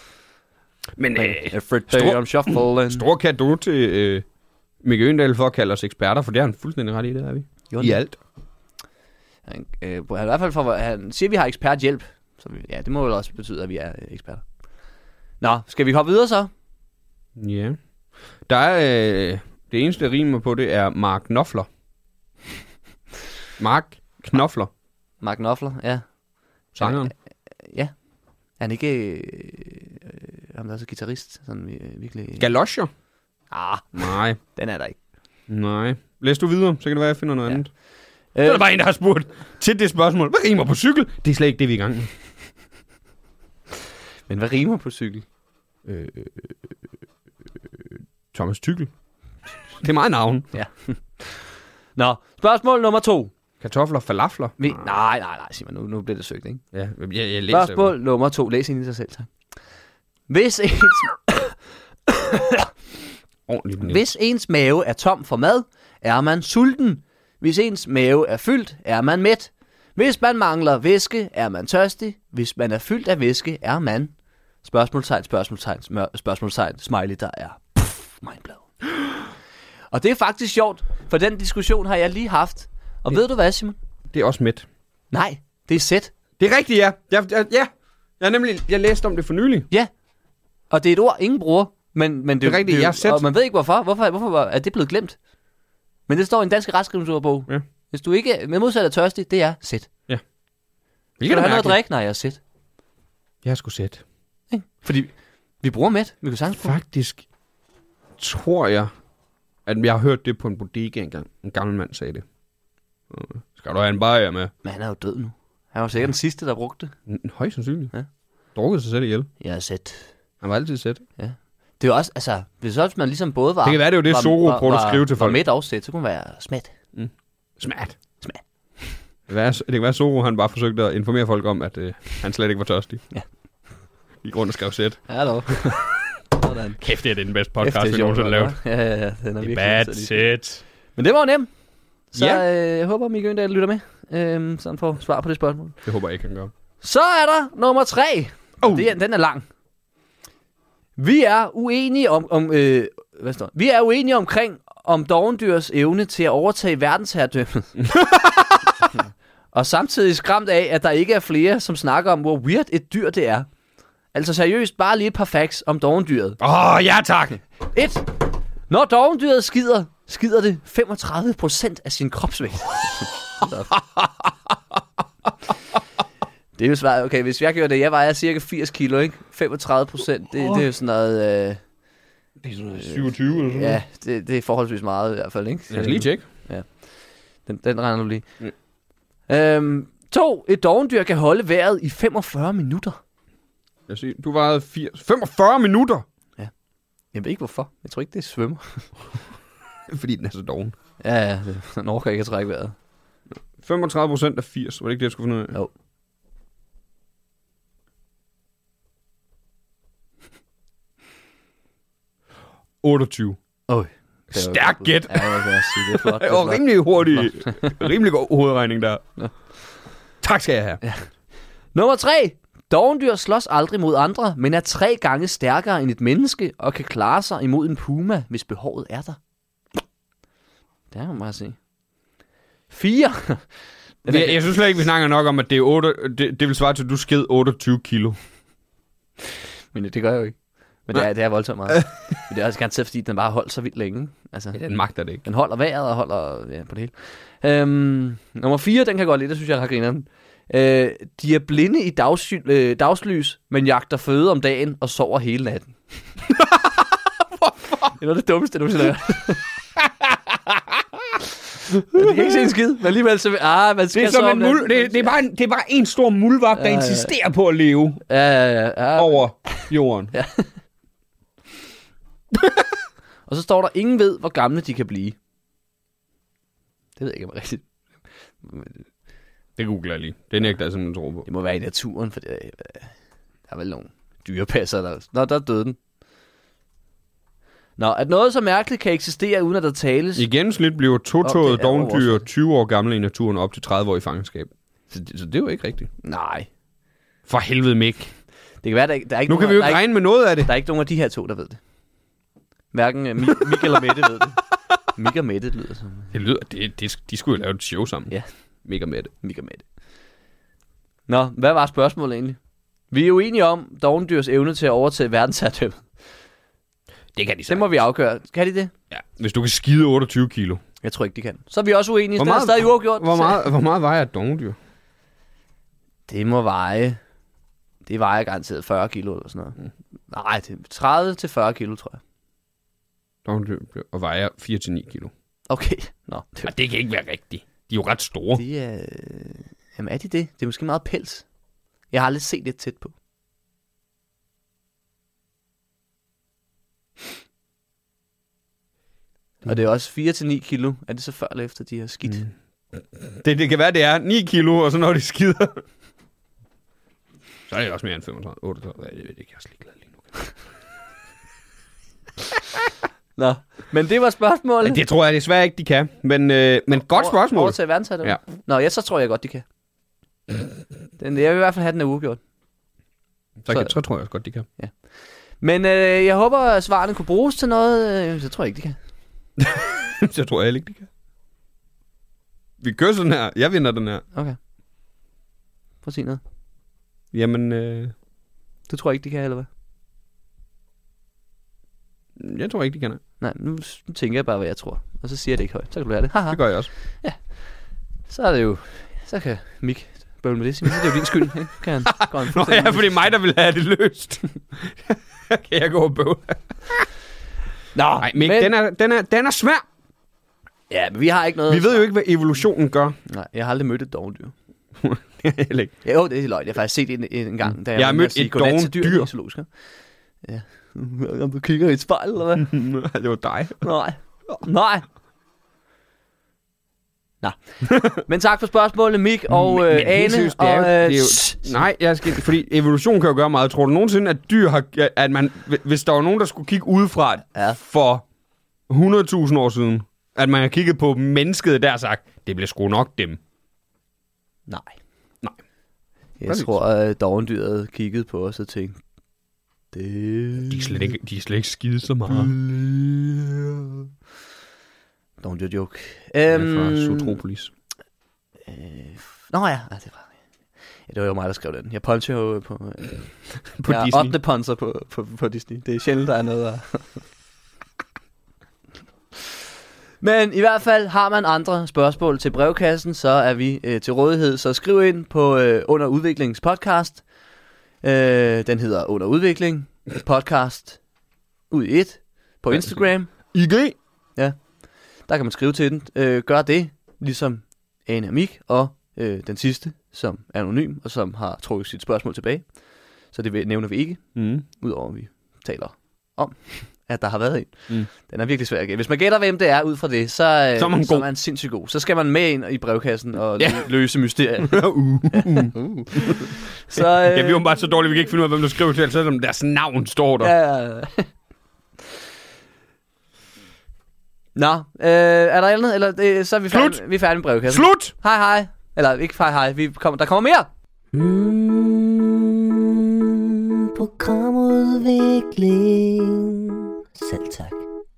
Men stor cadeau til Mikke Øgendahl for at kalde os eksperter, for det er han fuldstændig ret i, det er vi. I alt. Han, i hvert fald for, han siger, at vi har eksperthjælp. Så ja, det må vel også betyde, at vi er eksperter. Nå, skal vi hoppe videre så? Ja. Der er det eneste, der rimer på, det er Mark Knopfler. Mark Knopfler. Mark Knopfler, ja. Sangeren. Ja. Er han ikke ham der er også guitarist? Sådan virkelig... Galosher? Nej. Den er der ikke. Nej. Læs du videre, så kan det være, at jeg finder noget andet. Så er der bare en, der har spurgt til det spørgsmål. Hvad rimer på cykel? Det er slet ikke det, vi er i gang med. Men hvad rimer på cykel? Thomas Tykel. Det er meget navn. Ja. Nå, spørgsmål nummer 2. Kartofler, falafler? Nej, Simon, nu bliver det søgt, ikke? Ja, jeg læser. Spørgsmål nummer 2. Læs ind i sig selv, tak. Hvis ens mave er tom for mad, er man sulten. Hvis ens mave er fyldt, er man mæt. Hvis man mangler væske, er man tørstig. Hvis man er fyldt af væske, er man... Spørgsmålstegn, smiley, der er... mindblown. Og det er faktisk sjovt, for den diskussion har jeg lige haft. Og ved du hvad, Simon? Det er også mæt. Nej, det er sæt. Det er rigtigt, ja. Jeg læste om det for nylig. Ja, og det er et ord, ingen bruger. Men det er rigtigt, jeg sæt. Og man ved ikke hvorfor. Hvorfor er det blevet glemt? Men det står i en dansk retskrivningsordbog. Ja. Hvis du ikke med modsat er tørstig, det er sæt. Ja. Skal du have noget at drikke? Nej, jeg er sæt. Jeg har sgu set. Ikke? Fordi vi bruger mæt. Vi kan sagtens bruge. Faktisk tror jeg, at jeg har hørt det på en bodega engang. En gammel mand sagde det. Skal du have en bajer med? Men han er jo død nu. Han var sikkert den sidste, der brugte det. Højst sandsynligt. Ja. Drukket sig selv ihjel. Jeg har set. Han var altid set. Ja. Det er jo også, altså, hvis man ligesom både var... Det kan være, det er jo det, Zorro prøver at skrive til folk. Var midt afsæt, så kunne man være smat. Smat. Smat. Det kan være, Zorro han bare forsøgte at informere folk om, at han slet ikke var tørstig. Ja. I grund af skrev sæt. Ja, dog. Sådan. Kæft, det er den bedste podcast, vi nogensinde lavet. Ja, den er virkelig... Bad set. Men det var jo nemt. Så Ja. jeg håber, Mikke Øgendal lytter med. Så han får svar på det spørgsmål. Det håber jeg ikke, han gør. Så er der nummer 3. Den er lang. Vi er uenige vi er uenige omkring om dovendyrs evne til at overtage verdensherredømmet. Og samtidig skræmt af, at der ikke er flere, som snakker om, hvor weird et dyr det er. Altså seriøst, bare lige et par facts om dovendyret. Ja tak! 1. Når dovendyret skider det 35% af sin kropsvægt. Det er jo svært. Okay, hvis jeg gjorde det, jeg vejer cirka 80 kilo, ikke? 35%, det er jo sådan noget... Det er sådan noget 27 eller sådan Ja, det er forholdsvis meget i hvert fald, ikke? Jeg skal lige tjekke. Ja, den regner du lige. 2. Et dovendyr kan holde vejret i 45 minutter. Jeg siger, du vejede 45 minutter! Jeg ved ikke hvorfor. Jeg tror ikke, det svømmer. Fordi den er så doven. Ja, den orker ikke at trække vejret. 35% af 80, var det ikke det, jeg skulle finde ud af? Jo. Oj. Stærk gæt. Ja, jeg vil sige, det er flot. Det var rimelig hurtig. Rimelig god hovedregning der. Ja. Tak skal jeg have. Ja. Nummer 3. Dovendyr slås aldrig mod andre, men er 3 gange stærkere end et menneske, og kan klare sig imod en puma, hvis behovet er der. Det må man sige. 4. Jeg synes slet ikke, vi snakker nok om, at det er det vil svare til, at du sked 28 kilo. Men det gør jeg jo ikke. Men det er voldsomt meget. Men det er også garanteret, fordi den bare holdt så vildt længe. Altså, Den magter det ikke. den holder vejret og holder på det hele. Nummer 4, den kan godt lide, det synes jeg, der har griner den. De er blinde i dagslys, men jagter føde om dagen og sover hele natten. Hvorfor? Det er noget af det dummeste, du siger. De kan ikke se en skid, men alligevel så... man skal Det er, som en det er bare en stor muldvarp, der insisterer på at leve Ja. over jorden. Ja. Og så står der, ingen ved, hvor gamle de kan blive. Det ved jeg ikke, om det er rigtigt. Det googler jeg lige. Det nægter jeg simpelthen tro på. Det må være i naturen, for der er vel nogle dyrepasser, der døde den. Nå, at noget så mærkeligt kan eksistere, uden at der tales. I gennemsnit bliver totåede Okay, dovendyr 20 år gamle i naturen op til 30 år i fangenskab. Så det er jo ikke rigtigt. Nej. For helvede, Mik. Det kan være, der er ikke Nu kan vi jo ikke regne med noget af det. Der er ikke nogen af de her to, der ved det. Hverken Mik eller Mette ved det. Mik og Mette lyder som... Det lyder, de skulle jo lave et show sammen. Ja. Mik og Mette. Mik og Mette. Nå, hvad var spørgsmålet egentlig? Vi er jo enige om dovendyrs evne til at overtage verdensherredømmet. Det kan de Det må vi afgøre. Kan de det? Ja, hvis du kan skide 28 kilo. Jeg tror ikke, de kan. Så er vi også uenige. Det er stadig uafgjort. Hvor meget vejer et dovendyr? Det må veje... Det vejer garanteret 40 kilo eller sådan noget. Nej, det er 30 til 40 kilo, tror jeg. Dovendyr og vejer 4-9 kilo. Okay. Nå. Det kan ikke være rigtigt. De er jo ret store. Det er... Jamen er de det? Det er måske meget pels. Jeg har aldrig set det tæt på. Og det er også 4-9 kilo. Er det så før eller efter, de har skidt? Det kan være, det er 9 kilo, og så når de skider. Så er det også mere end 35. 38. Jeg ved ikke, jeg er slet glad lige nu. Nå, men det var spørgsmålet. Det tror jeg desværre ikke, de kan. Men godt spørgsmål. Overtage verdensherredømmet? Ja. Nå, ja, så tror jeg godt, de kan. Jeg vil i hvert fald have den uafgjort. Så tror jeg også godt, de kan. Ja. Men jeg håber, at svarene kunne bruges til noget. Så tror jeg ikke, de kan. Så tror jeg ikke, de kan. Vi kører sådan her. Jeg vinder den her. Okay. Prøv at sige noget. Jamen, Du tror ikke, de kan, eller hvad? jeg tror ikke, de kan. Nej, nu tænker jeg bare, hvad jeg tror. Og så siger jeg det ikke højt. Så kan du lære det. Haha. Det gør jeg også. Så er det jo... Så kan Mik bøvle med det, Simon. Det er jo din skyld, ikke? Kan han gå en Nå fuldstændig ja, fordi det er mig, der vil have det løst. Kan jeg gå og bøvle? Nå, Nej, Mik, den er svær. Ja, men vi har ikke noget... Vi ved jo ikke, hvad evolutionen gør. Nej, jeg har aldrig mødt et dovendyr. Heller ikke. Jo, det er løgn. Jeg har faktisk set en gang, da Jeg har var mødt ude at sige et godnat dovent til dyr. i zoologisk, ikke? Ja. Om du kigger i et spejl, eller hvad? Det var dig. Nej. Nå. Men tak for spørgsmålet, Mik og Ane. Seriøst, nej, fordi evolution kan jo gøre meget. Tror du nogensinde, at dyr har... At man, hvis der var nogen, der skulle kigge udefra for 100.000 år siden, at man har kigget på mennesket der og sagt, det bliver sgu nok dem. Nej. Jeg Præcis. tror, at dovendyret kiggede på os og tænkte, det... De er slet ikke skide så meget. Dovendyr joke. Fra Zootropolis. Nå ja, det var jo mig, der skrev den. Jeg puncher jo på jeg Disney. er 8. puncher på Disney. Det er sjældent, der er noget der. Men i hvert fald har man andre spørgsmål til brevkassen, så er vi til rådighed. Så skriv ind på Under Udviklings podcast. Den hedder Under Udvikling podcast ud i et på Instagram. IG. Ja, der kan man skrive til den. Gør det, ligesom Ane og Mik, og den sidste, som er anonym, og som har trukket sit spørgsmål tilbage. Så det nævner vi ikke, udover at vi taler om, at der har været en. Den er virkelig svær. Hvis man gætter, hvem det er ud fra det, så er man sindssygt god. Så skal man med ind i brevkassen og løse mysteriet. Så, ja, vi er jo bare så dårlige, vi kan ikke finde ud af, hvem du skriver til, selvom deres navn står der. Ja. Nå, er der andet? Eller så er vi færdige, vi er færdige med brevkassen. Slut! Hej. Eller ikke hej. Der kommer mere. Programudvikling. Selv tak.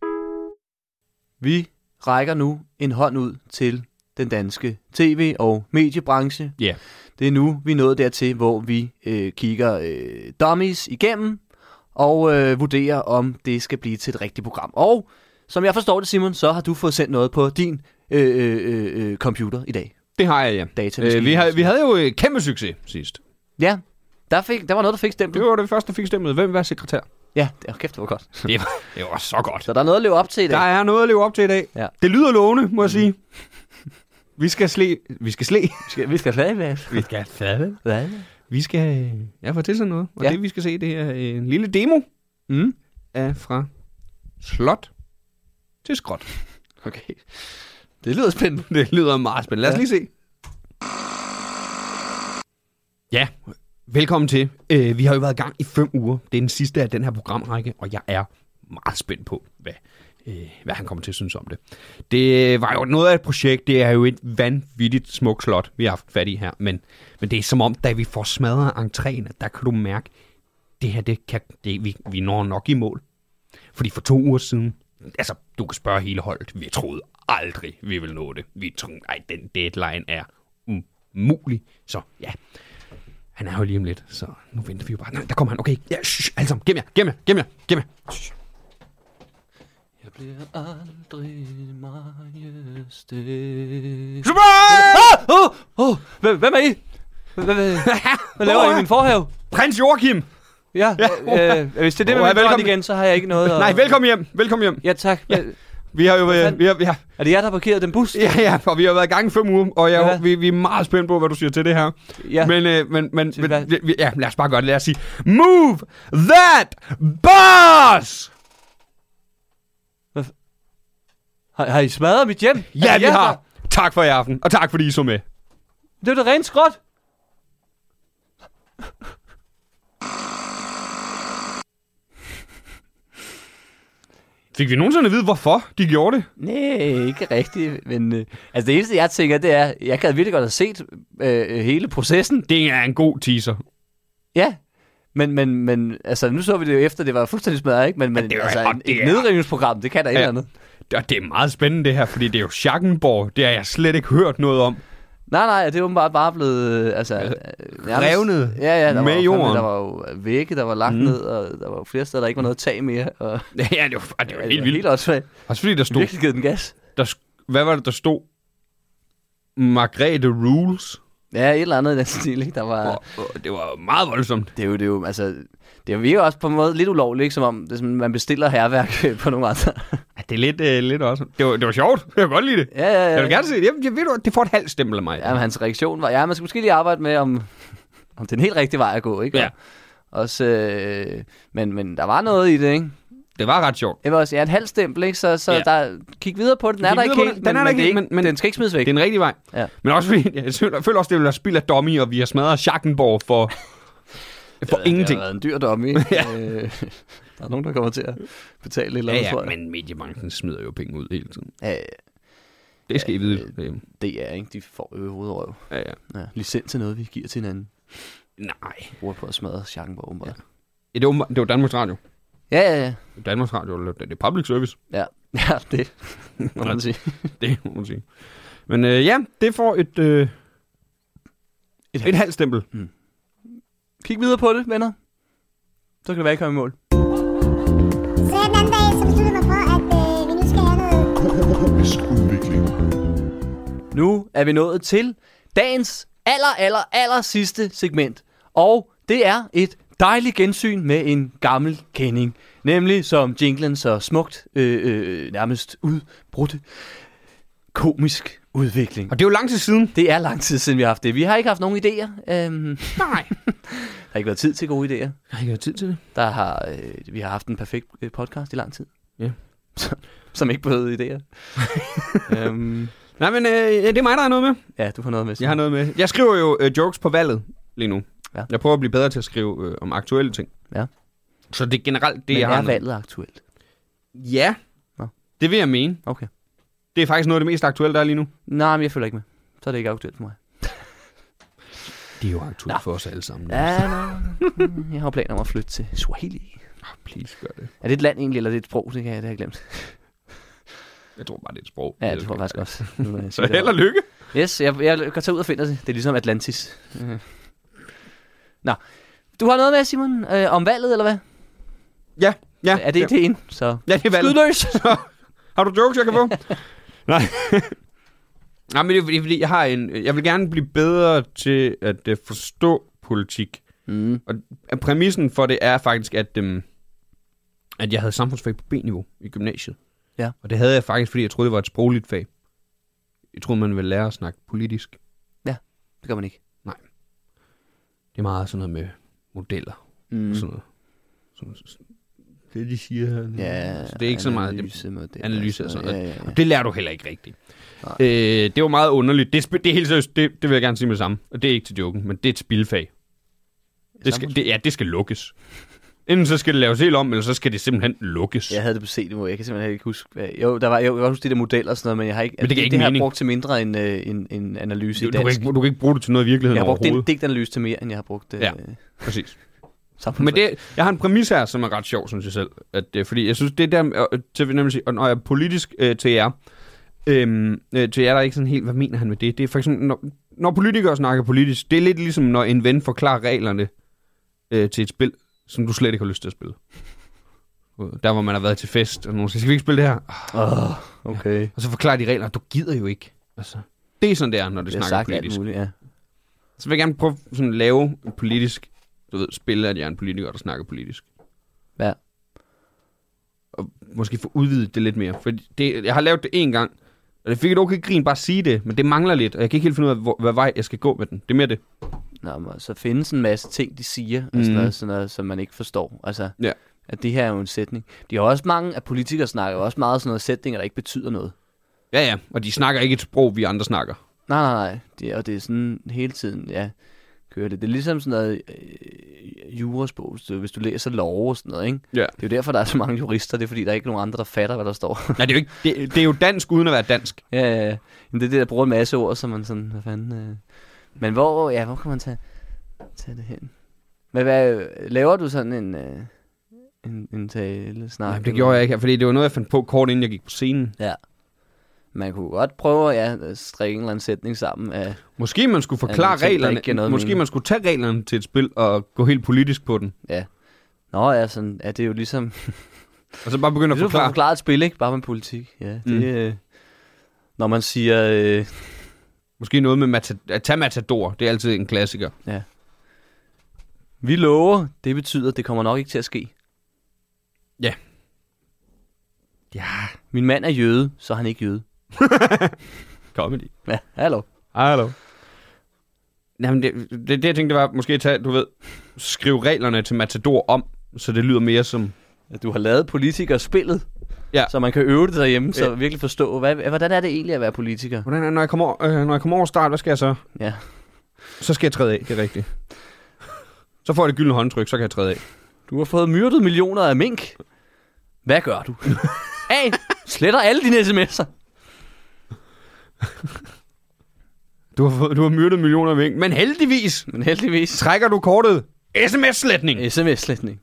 Vi rækker nu en hånd ud til den danske tv- og mediebranche. Ja. Det er nu, vi er nået dertil, hvor vi kigger dummies igennem og vurderer, om det skal blive til et rigtigt program. Og som jeg forstår det, Simon, så har du fået sendt noget på din computer i dag. Det har jeg, ja. Datamaskinen. Vi havde jo kæmpe succes sidst. Ja, der var noget, der fik stemplet. Det var det første, der fik stemplet. Hvem var sekretær? Ja, kæft, det var godt. Det var så godt. Så der er noget at leve op til i dag. Der er noget at leve op til i dag. Ja. Det lyder lovende, må jeg sige. Vi skal slæ. Vi skal færdig. Hvad? Vi skal få til sådan noget. Og det vi skal se, det er en lille demo af fra slot til skråt. Okay. Det lyder spændende. Det lyder meget spændende. Lad os lige se. Ja, velkommen til. Vi har jo været i gang i 5 uger. Det er den sidste af den her programrække, og jeg er meget spændt på, hvad han kommer til at synes om det. Det var jo noget af et projekt. Det er jo et vanvittigt smukt slot, vi har haft fat i her. Men det er som om, da vi får smadret entréen, der kan du mærke, det her, vi når nok i mål. Fordi for 2 uger siden, altså, du kan spørge hele holdet, vi troede aldrig, vi ville nå det. Vi troede, den deadline er umulig. Så ja, han er jo lige om lidt, så nu venter vi jo bare. Nej, der kommer han. Okay, ja, alle sammen, gem jer. Jeg bliver aldrig majestæt. Surprise! Hvem er I? Hvad laver I i min forhave? Prins Joachim! Ja, hvis det er det med velkommen igen, så har jeg ikke noget. Nej, velkommen hjem. Ja, tak. Ja. Vi har jo vi har, Er det jer, der har parkeret den bus? Ja, og vi har været i gang i 5 uger, og vi er meget spændt på, hvad du siger til det her. Ja. Men lad os bare gøre det. Lad os sige, move that boss! Har I smadret mit hjem? Ja, vi har. Tak for i aften, og tak fordi I så med. Det er da rent skråt. Fik vi nogensinde at vide, hvorfor de gjorde det? Nej, ikke rigtigt. Men altså det eneste, jeg tænker, det er, jeg kan virkelig godt have set hele processen. Det er en god teaser. Ja, men altså nu så vi det jo efter, det var fuldstændig smadret, ikke? Men det altså, et nedrivningsprogram, det kan der et eller andet. Det er meget spændende det her, fordi det er jo Schackenborg. Det har jeg slet ikke hørt noget om. Nej, det er åbenbart bare blevet revnet der med var, jorden. Der var jo vægge, der var lagt ned, og der var jo flere steder, der ikke var noget tag mere. Og Ja, det var helt vildt. Helt åndssvagt. Også fordi der stod... Virkelig givet den gas. Hvad var det, der stod? Margrethe Rules. Ja, et eller andet i den stil, ikke? Der var... Det var meget voldsomt. Det er jo, altså... Det virker også på en måde lidt ulovligt, ikke? Som om det er sådan, man bestiller hærværk på nogle andre. Ja, det er lidt også. Det var sjovt. Jeg kan godt lide det. Ja. Jeg vil gerne se det. Jeg ved du, det får et halvt stempel af mig. Ja, men hans reaktion var... Ja, man skal måske lige arbejde med, om det er en helt rigtig vej at gå, ikke? Ja. Også, men der var noget i det, ikke? Det var ret sjovt. Det var også et halvt stempel, ikke? Så der, kig videre på det. Den er der ikke helt, men den skal ikke smides væk. Det er en rigtig vej. Ja. Men også fordi, jeg føler også, det vil være spild af dummy, og vi har smadret Schackenborg for ingenting. Det har været en dyr dummy. Der er nogen, der kommer til at betale lidt eller tror jeg. Men mediebranchen smider jo penge ud hele tiden. Ja. Det skal I vide. Det er ikke. De får jo hovedrøv. Ja. Licens til noget, vi giver til hinanden. Nej. Bruger på at smadre Schackenborg. Ja, det var Danmarks Radio. Ja. Danmarks Radio, det er public service. Ja, det må man sige. Det må man sige. Men det får et halvt stempel. Kig videre på det, venner. Så kan det være, I kommer i mål. Så den anden dag, så besluttede jeg mig for, at vi nu skal have noget Komisk udvikling. Nu er vi nået til dagens aller sidste segment. Og det er et dejligt gensyn med en gammel kending. Nemlig som jinglen så smukt nærmest udbrudte. Komisk udvikling. Og det er jo lang tid siden. Det er lang tid siden, vi har haft det. Vi har ikke haft nogen idéer. Nej. Der har ikke været tid til gode idéer. Jeg har ikke været tid til det. Vi har haft en perfekt podcast i lang tid. Ja. Som ikke behøvede idéer. Nej, men det er mig, der har noget med. Ja, du har noget med. Jeg har noget med. Jeg skriver jo jokes på valget lige nu. Ja. Jeg prøver at blive bedre til at skrive om aktuelle ting. Ja. Så det er generelt det, men jeg har. Men er valget aktuelt? Ja, det vil jeg mene. Okay. Det er faktisk noget af det mest aktuelle, der er lige nu. Nej, men jeg følger ikke med. Så er det ikke aktuelt for mig. Det er jo aktuelt for os alle sammen. Ja, jeg har planer om at flytte til Swahili. Please, gør det. Er det et land egentlig, eller er det et sprog? Det har jeg glemt. Jeg tror bare, det er et sprog. Ja, det tror jeg faktisk også. Så held og lykke. Yes, jeg kan tage ud og finde det. Det er ligesom Atlantis. Nå, du har noget med, Simon, om valget, eller hvad? Ja. Er det ikke det ene? Så ja, det er valget. Skydløs! Har du jokes, jeg kan få? Nej. Nej, men det er fordi, jeg vil gerne blive bedre til at forstå politik. Og præmissen for det er faktisk, at jeg havde samfundsfag på B-niveau i gymnasiet. Ja. Og det havde jeg faktisk, fordi jeg troede, det var et sprogligt fag. Jeg troede, man ville lære at snakke politisk. Ja, det gør man ikke. Nej. Det er meget sådan noget med modeller. Og sådan noget. Sådan, det de siger her. Ja, så det er ikke så meget analyse og sådan noget. Ja. Og det lærer du heller ikke rigtigt. Det var meget underligt. Det er helt seriøst, det vil jeg gerne sige med det samme. Og det er ikke til joken, men det er et spildfag. Det skal lukkes. Enten så skal det laves helt om, eller så skal det simpelthen lukkes. Jeg havde det på C-niveau. Jeg kan simpelthen ikke huske. Jeg kan huske de der modeller og sådan noget, men jeg har ikke. Men det har jeg brugt til mindre end en analyse i dansk. Du kan ikke bruge det til noget i virkeligheden overhovedet. Jeg har brugt en digtanalyse til mere, end jeg har brugt. Ja, præcis. Men jeg har en præmis her, som er ret sjov, synes jeg selv. Fordi jeg synes, det der til nemlig sige, og når jeg er politisk til jer, til jer, der er ikke sådan helt, hvad mener han med det? Det er for eksempel, når politikere snakker politisk, det er lidt ligesom, når en ven forklarer reglerne til et spil, som du slet ikke har lyst til at spille. Der, hvor man har været til fest, og nogen siger, skal vi ikke spille det her? Okay. Og så forklarer de regler, du gider jo ikke. Altså, det er sådan, det er, når det snakker politisk. Muligt, ja. Så vil jeg gerne prøve sådan at lave en politisk, spille, at jeg er en politiker, der snakker politisk. Ja. Og måske få udvidet det lidt mere. For jeg har lavet det en gang, og det fik et okay grin, bare sige det, men det mangler lidt, og jeg kan ikke helt finde ud af, hvad vej jeg skal gå med den. Det er mere det. Nå, men så findes en masse ting, de siger, og sådan noget, som man ikke forstår. Altså, at det her er jo en sætning. De har også mange af politikere snakker også meget sådan noget sætninger, der ikke betyder noget. Ja, og de snakker ikke et sprog, vi andre snakker. Nej. Og det er sådan hele tiden, kører det. Det er ligesom sådan noget jurasprog, hvis du læser lov og sådan noget, ikke? Ja. Det er jo derfor, der er så mange jurister. Det er fordi, der er ikke nogen andre, der fatter, hvad der står. Nej, det er jo ikke. Det er jo dansk uden at være dansk. Ja. Men det er det, der bruger en masse ord, som man sådan, hvad fanden... Men hvor kan man tage det hen? Men hvad laver du sådan en tale, snak? Nej, det gjorde jeg ikke, fordi det var noget, jeg fandt på kort inden jeg gik på scenen. Ja. Man kunne godt prøve at strikke en eller anden sætning sammen af... Måske man skulle forklare reglerne. Måske man skulle tage reglerne til et spil og gå helt politisk på den. Ja. Nå ja, sådan er det jo ligesom... og så bare begynde at forklare. Forklare et spil, ikke? Bare med politik. Ja, det når man siger... Måske noget med at tage Matador. Det er altid en klassiker. Ja. Vi lover, det betyder, at det kommer nok ikke til at ske. Ja. Ja. Min mand er jøde, så er han ikke jøde. Comedy. Ja, hallo. Hallo. Jamen, det jeg tænkte, det var måske at skrive reglerne til Matador om, så det lyder mere som... At du har lavet politikerspillet, ja. Så man kan øve det derhjemme, så virkelig forstå, hvordan er det egentlig at være politiker? Hvordan, når jeg kommer over start, hvad skal jeg så? Ja. Så skal jeg træde af, det er rigtigt. Så får jeg det gyldne håndtryk, så kan jeg træde af. Du har fået myrdet millioner af mink. Hvad gør du? A. Sletter alle dine sms'er. Du har myrdet millioner af mink, men heldigvis trækker du kortet sms-sletning. Sms-sletning.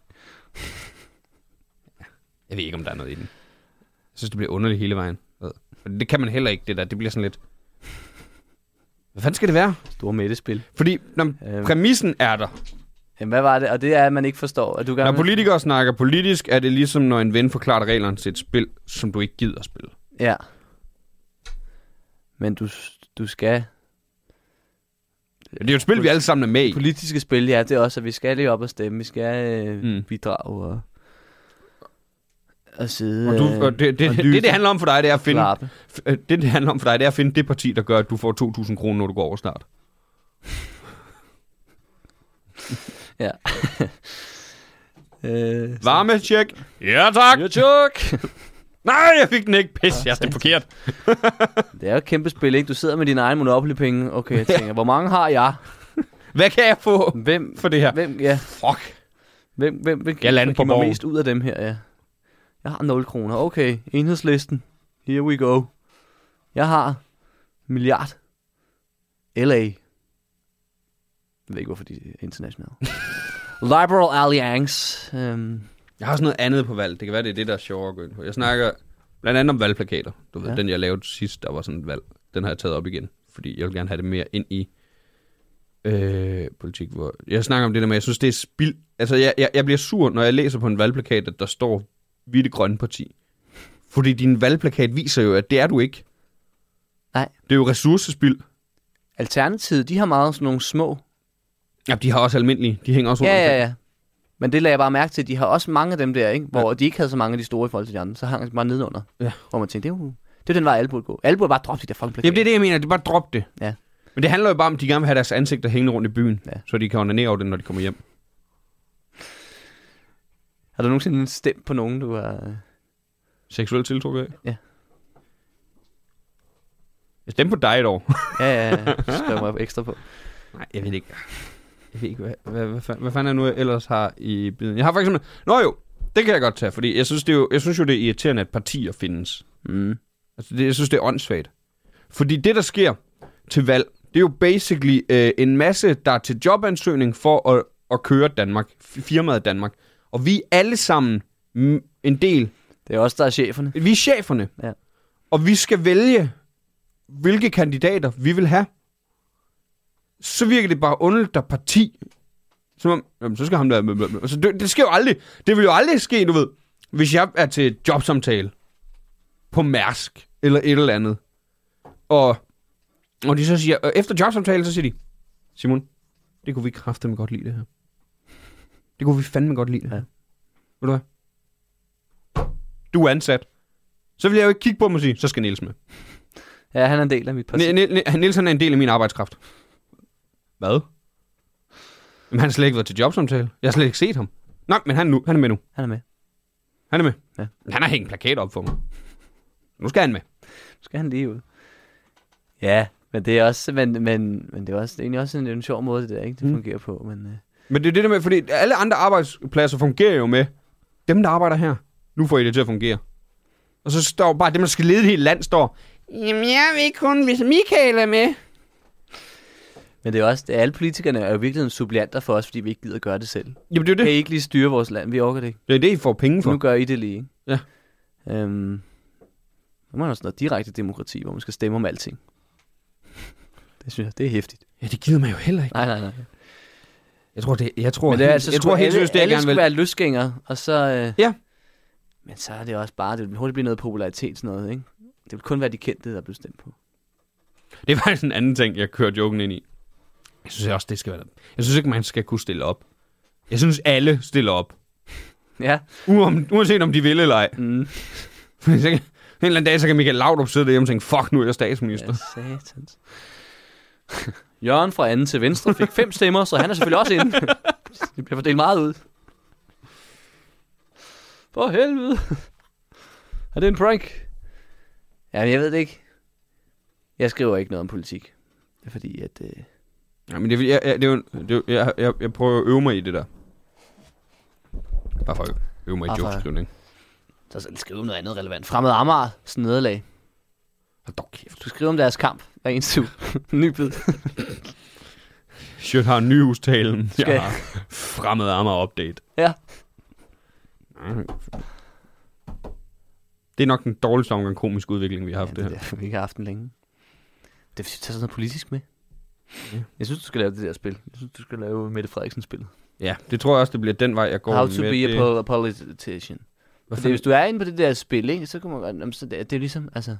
Jeg ved ikke, om der er noget i den. Jeg synes, det bliver underligt hele vejen. Det kan man heller ikke, det der. Det bliver sådan lidt... Hvad fanden skal det være? Store mættespil. Fordi præmissen er der. Jamen, hvad var det? Og det er, at man ikke forstår. At når politikere snakker politisk, er det ligesom, når en ven forklarer reglerne til et spil, som du ikke gider at spille. Ja. Men du skal... Det er jo et spil, vi alle sammen er med i. Politiske spil, ja, det er også, at vi skal lige op og stemme. Vi skal bidrage og sidde... Og det handler om for dig, det er at finde... Det handler om for dig, det er at finde det parti, der gør, at du får 2.000 kroner, når du går over snart. Ja. Varme-check. Ja, tak. Ja, tak. Nej, jeg fik den ikke. Pis, jeg stemte forkert. Det er jo et kæmpe spil, ikke? Du sidder med dine egne Monopoly-penge. Okay, jeg tænker, hvor mange har jeg? Hvad kan jeg få for det her? Hvem vil give mig mest ud af dem her, ja? Jeg har 0 kroner. Okay, Enhedslisten. Here we go. Jeg har milliard. LA. Jeg ved ikke, hvorfor de er internationale. Liberal Alliance. Jeg har også noget andet på valg. Det kan være, det er det, der er sjovere at gå ind på. Jeg snakker blandt andet om valgplakater. Du ved, den jeg lavede sidst, der var sådan et valg. Den har jeg taget op igen, fordi jeg vil gerne have det mere ind i politik. Hvor jeg snakker om det der med, jeg synes, det er spild. Altså, jeg bliver sur, når jeg læser på en valgplakat, at der står Hvitte Grønne Parti. Fordi din valgplakat viser jo, at det er du ikke. Nej. Det er jo ressourcespild. Alternativet, de har meget sådan nogle små. Ja, de har også almindelige. De hænger også rundt. Ja. Men det lagde jeg bare mærke til. De har også mange af dem der, ikke? Hvor de ikke havde så mange af de store i forhold til de andre. Så hang de bare nedenunder. Ja. Hvor man tænkte, det er den vej, alle burde gå. Alle burde bare droppe de der fucking plakater. Jamen, det er det, jeg mener. Det er bare drop det. Ja. Men det handler jo bare om, at de gerne vil have deres ansigter hængende rundt i byen. Ja. Så de kan onanere over det, når de kommer hjem. Har du nogensinde stemt på nogen, du har... Seksuelt tiltrukket af? Ja. Jeg stemte på dig et år. ja. Skriv mig ekstra på. Nej, jeg ved ikke, hvad fanden jeg nu ellers har i biden. Jeg har faktisk... Nå jo, det kan jeg godt tage, fordi jeg synes jo, det er irriterende, at partier findes. Altså, jeg synes, det er åndssvagt. Fordi det, der sker til valg, det er jo basically en masse, der er til jobansøgning for at køre Danmark. Firmaet Danmark. Og vi er alle sammen en del. Det er også der er cheferne. Vi er cheferne. Ja. Og vi skal vælge, hvilke kandidater vi vil have. Så virker det bare underligt, der parti. Som om, så skal ham der... Altså, det sker jo aldrig. Det vil jo aldrig ske, du ved. Hvis jeg er til jobsamtale på Mærsk eller et eller andet. Og de så siger... Efter jobsamtalen, så siger de... Simon, det kunne vi kraftedeme godt lide, det her. Det kunne vi fandme godt lide, det her. Ja. Ved du hvad? Du er ansat. Så vil jeg jo ikke kigge på mig og sige, så skal Niels med. Ja, han er en del af mit parti. Niels han er en del af min arbejdskraft. Hvad? Men han har slet ikke været til jobsamtale. Jeg har slet ikke set ham. Nej, men han er med nu. Han er med. Han er med? Ja. Han har hængt plakat op for mig. Nu skal han med. Nu skal han lige ud. Ja, men det er også, men det er også egentlig også en sjov måde, det der, ikke? Det fungerer på, Men det er det der med, fordi alle andre arbejdspladser fungerer jo med dem, der arbejder her. Nu får I det til at fungere. Og så står bare dem, der skal lede hele land, står, jamen jeg vil kun, hvis Michael er med. Men det er også, alle politikerne er jo virkelig en suppleanter for os, fordi vi ikke gider gøre det selv. Jamen det er det. Kan I ikke lige styre vores land? Vi orker det ikke. Det er det, I får penge for. Nu gør I det lige, ikke? Ja. Nu er der sådan noget direkte demokrati, hvor man skal stemme om alting. Det synes jeg, det er hæftigt. Ja, det gider man jo heller ikke. Nej. Jeg tror men det er altså, jeg tror helt seriøst, det jeg gerne vil. Alle være løsgængere, og så... Ja. Men så er det også bare, det vil hurtigt blive noget popularitet, sådan noget, ikke? Det vil kun være de kendte, der bliver stemt på. Det er faktisk en anden ting, jeg kører joken ind i. Jeg synes også, det skal være... Jeg synes ikke, man skal kunne stille op. Jeg synes, alle stiller op. Ja. Uanset om de vil eller ej. Mm. En eller anden dag, så kan Michael Laudrup sidde derhjemme og tænke, fuck, nu er jeg statsminister. Ja, satans. Jørgen fra anden til venstre fik 5 stemmer, så han er selvfølgelig også inde. Det bliver fordelt meget ud. For helvede. Er det en prank? Ja, jeg ved det ikke. Jeg skriver ikke noget om politik. Det er fordi, at... Ja, men jeg prøver at øve mig i det der. Bare for at øve mig i jokeskrivning. Så skal skrive noget andet relevant. Fremad Amager, sådan nederlag. Hold dog kæft. Du skriver om deres kamp hver eneste uge. Ny bid. Shit har nyhustalen. Jeg har Fremad Amager update. Ja. Det er nok den dårligste omgang komisk udvikling, vi har haft det her. Det vi ikke har haft den længe. Det vil tage sådan noget politisk med. Ja. Jeg synes, du skal lave det der spil. Jeg synes, du skal lave Mette Frederiksen-spillet. Ja, det tror jeg også, det bliver den vej, jeg går How med. to be a politician. Fordi hvis du er inde på det der spil, ikke, så kan man godt... Det er ligesom, altså...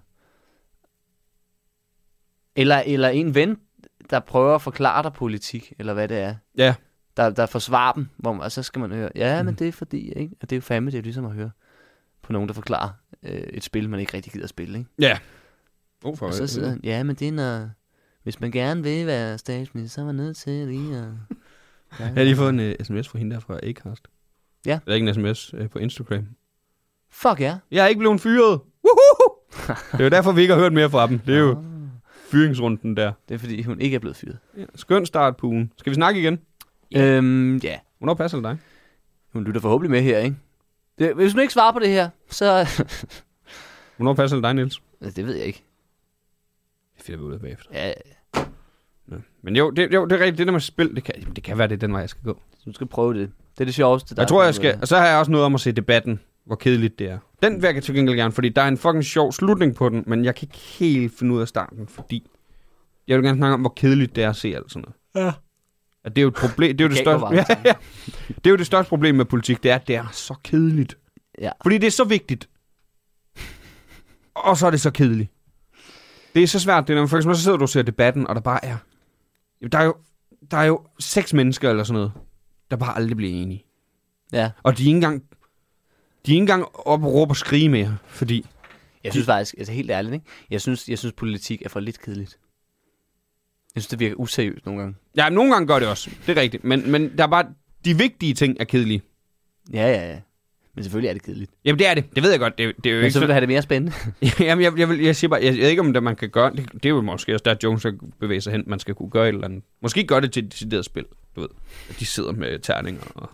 Eller en ven, der prøver at forklare dig politik, eller hvad det er. Ja. Der forsvarer dem, og så skal man høre, ja, men det er fordi, ikke? Og det er jo fandme, det er ligesom at høre på nogen, der forklarer et spil, man ikke rigtig gider at spille, ikke? Ja. Og så sidder han, ja, men det er når... Hvis man gerne vil være statsminister, så er man nødt til lige at... Jeg har lige fået en sms fra hende der fra Acast. Ja. Eller ikke en sms på Instagram. Fuck ja. Jeg er ikke blevet fyret. Woohoo! Det er jo derfor, vi ikke har hørt mere fra dem. Det er jo fyringsrunden der. Det er fordi, hun ikke er blevet fyret. Ja, skøn start på ugen. Skal vi snakke igen? Ja. Hvornår passer det dig? Hun lytter forhåbentlig med her, ikke? Hvis hun ikke svarer på det her, så... Hvornår passer det dig, Niels? Det ved jeg ikke. Det finder vi ud af bagefter. Ja. Ja. Men jo, det er rigtigt. Det der med spil, det kan være, det er den vej, jeg skal gå. Så du skal prøve det. Det er det sjoveste. Jeg tror, jeg skal... Og så har jeg også noget om at se Debatten. Hvor kedeligt det er. Den vil jeg til gengæld gerne, fordi der er en fucking sjov slutning på den, men jeg kan ikke helt finde ud af starten, fordi... Jeg vil gerne snakke om, hvor kedeligt det er at se alt sådan noget. Ja. At det er jo et problem... Det er jo det største... Ja. Det er jo det største problem med politik, det er, at det er så kedeligt. Ja. Fordi det er så vigtigt. Og så er det så kedeligt. Det er så svært, det når for eksempel så sidder du og ser Debatten, og der bare er... Der er jo 6 mennesker eller sådan noget, der bare aldrig bliver enige. Ja. Og de er ikke engang op og råbe og skrige mere, fordi... Jeg synes faktisk, altså helt ærligt, ikke? Jeg synes politik er for lidt kedeligt. Jeg synes, det virker useriøst nogle gange. Ja, nogle gange gør det også. Det er rigtigt. Men der er bare... De vigtige ting er kedelige. Ja. Men selvfølgelig er det kedeligt. Jamen, det er det. Det ved jeg godt. Det er jo men ikke så vil du have det mere spændende. Jamen, jeg siger bare... Jeg ved ikke, om det man kan gøre... Det er jo måske også der, Jones skal bevæge sig hen. Man skal kunne gøre et eller andet. Måske gøre det til et decideret spil. Du ved. At de sidder med terninger og...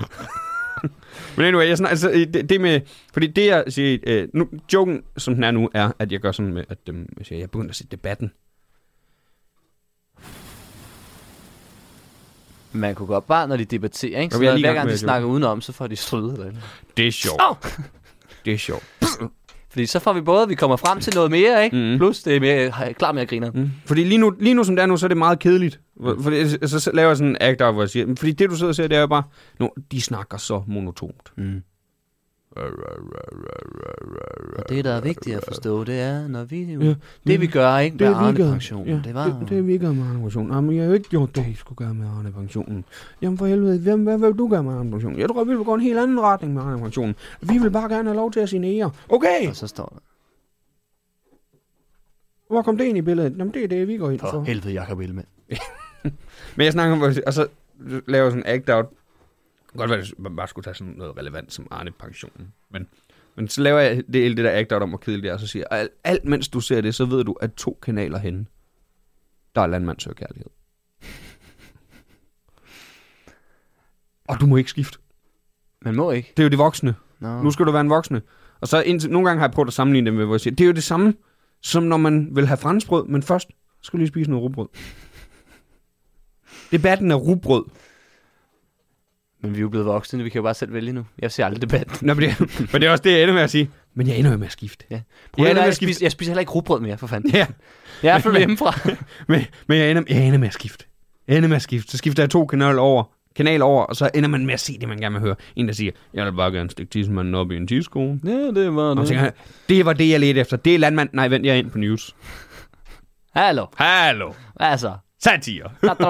Men anyway, det med... Fordi det, jeg siger... Nu, joken, som den er nu, er, at jeg gør sådan med, at jeg begynder at se Debatten. Man kunne godt bare, når de debatterer, ikke? Så hver gang de snakker udenom, så får de stryde eller noget. Det er sjovt. Det er sjovt. Fordi så får vi både, vi kommer frem til noget mere, ikke? Plus det er mere, klar med at grine. Fordi lige nu som det er nu, så er det meget kedeligt. Fordi, så laver jeg sådan en act-out, hvor jeg siger, fordi det du sidder og siger, det er jo bare, de snakker så monotont. Og det, der er vigtigt at forstå, det er, når vi... det vi gør, ikke? Med Arne-pensionen. Ja, det vi gør med Arne-pensionen. Jamen, jeg har jo ikke gjort det, jeg skulle gøre med Arne-pensionen. Jamen, for helvede, hvad vil du gøre med Arne-pensionen? Jeg tror, vi vil gå en helt anden retning med Arne-pensionen. Vi vil bare gerne have lov til at signere. Okay! Og så står der... Hvor kom det ind i billedet? Jamen, det er det, vi går ind for. For helvede, Jacob Ellemann. Men jeg snakker om, og så laver sådan en act-out. Godt være, at man bare skulle tage sådan noget relevant som Arne-pensionen. Men så laver jeg det der act-out om, hvor kedeligt det er, og så siger jeg, alt mens du ser det, så ved du, at 2 kanaler henne, der er Landmand søger kærlighed. Og du må ikke skifte. Man må ikke. Det er jo de voksne. No. Nu skal du være en voksne. Og så nogle gange har jeg prøvet at sammenligne det med, hvor jeg siger, det er jo det samme, som når man vil have franskbrød, men først skal du lige spise noget rugbrød. Debatten er rugbrød. Men vi er jo blevet voksne, vi kan jo bare selv vælge nu. Jeg ser aldrig Debatten. Nå, men det er også det, jeg ender med at sige. Men jeg ender jo med at skifte. Ja. Jeg spiser heller ikke rugbrød mere, for fanden. Ja. Jeg er flyttet hjemmefra. men jeg ender med at skifte. Så skifter jeg 2 kanaler over, og så ender man med at se det, man gerne vil høre. En, der siger, jeg vil bare gerne stikke tidsmanden op i en tidskone. Ja, det var det. Og tænker, det var det, jeg ledte efter. Det er Landmand. Nej, vent, jeg er ind på news. Hallo. Hvad så? Satire.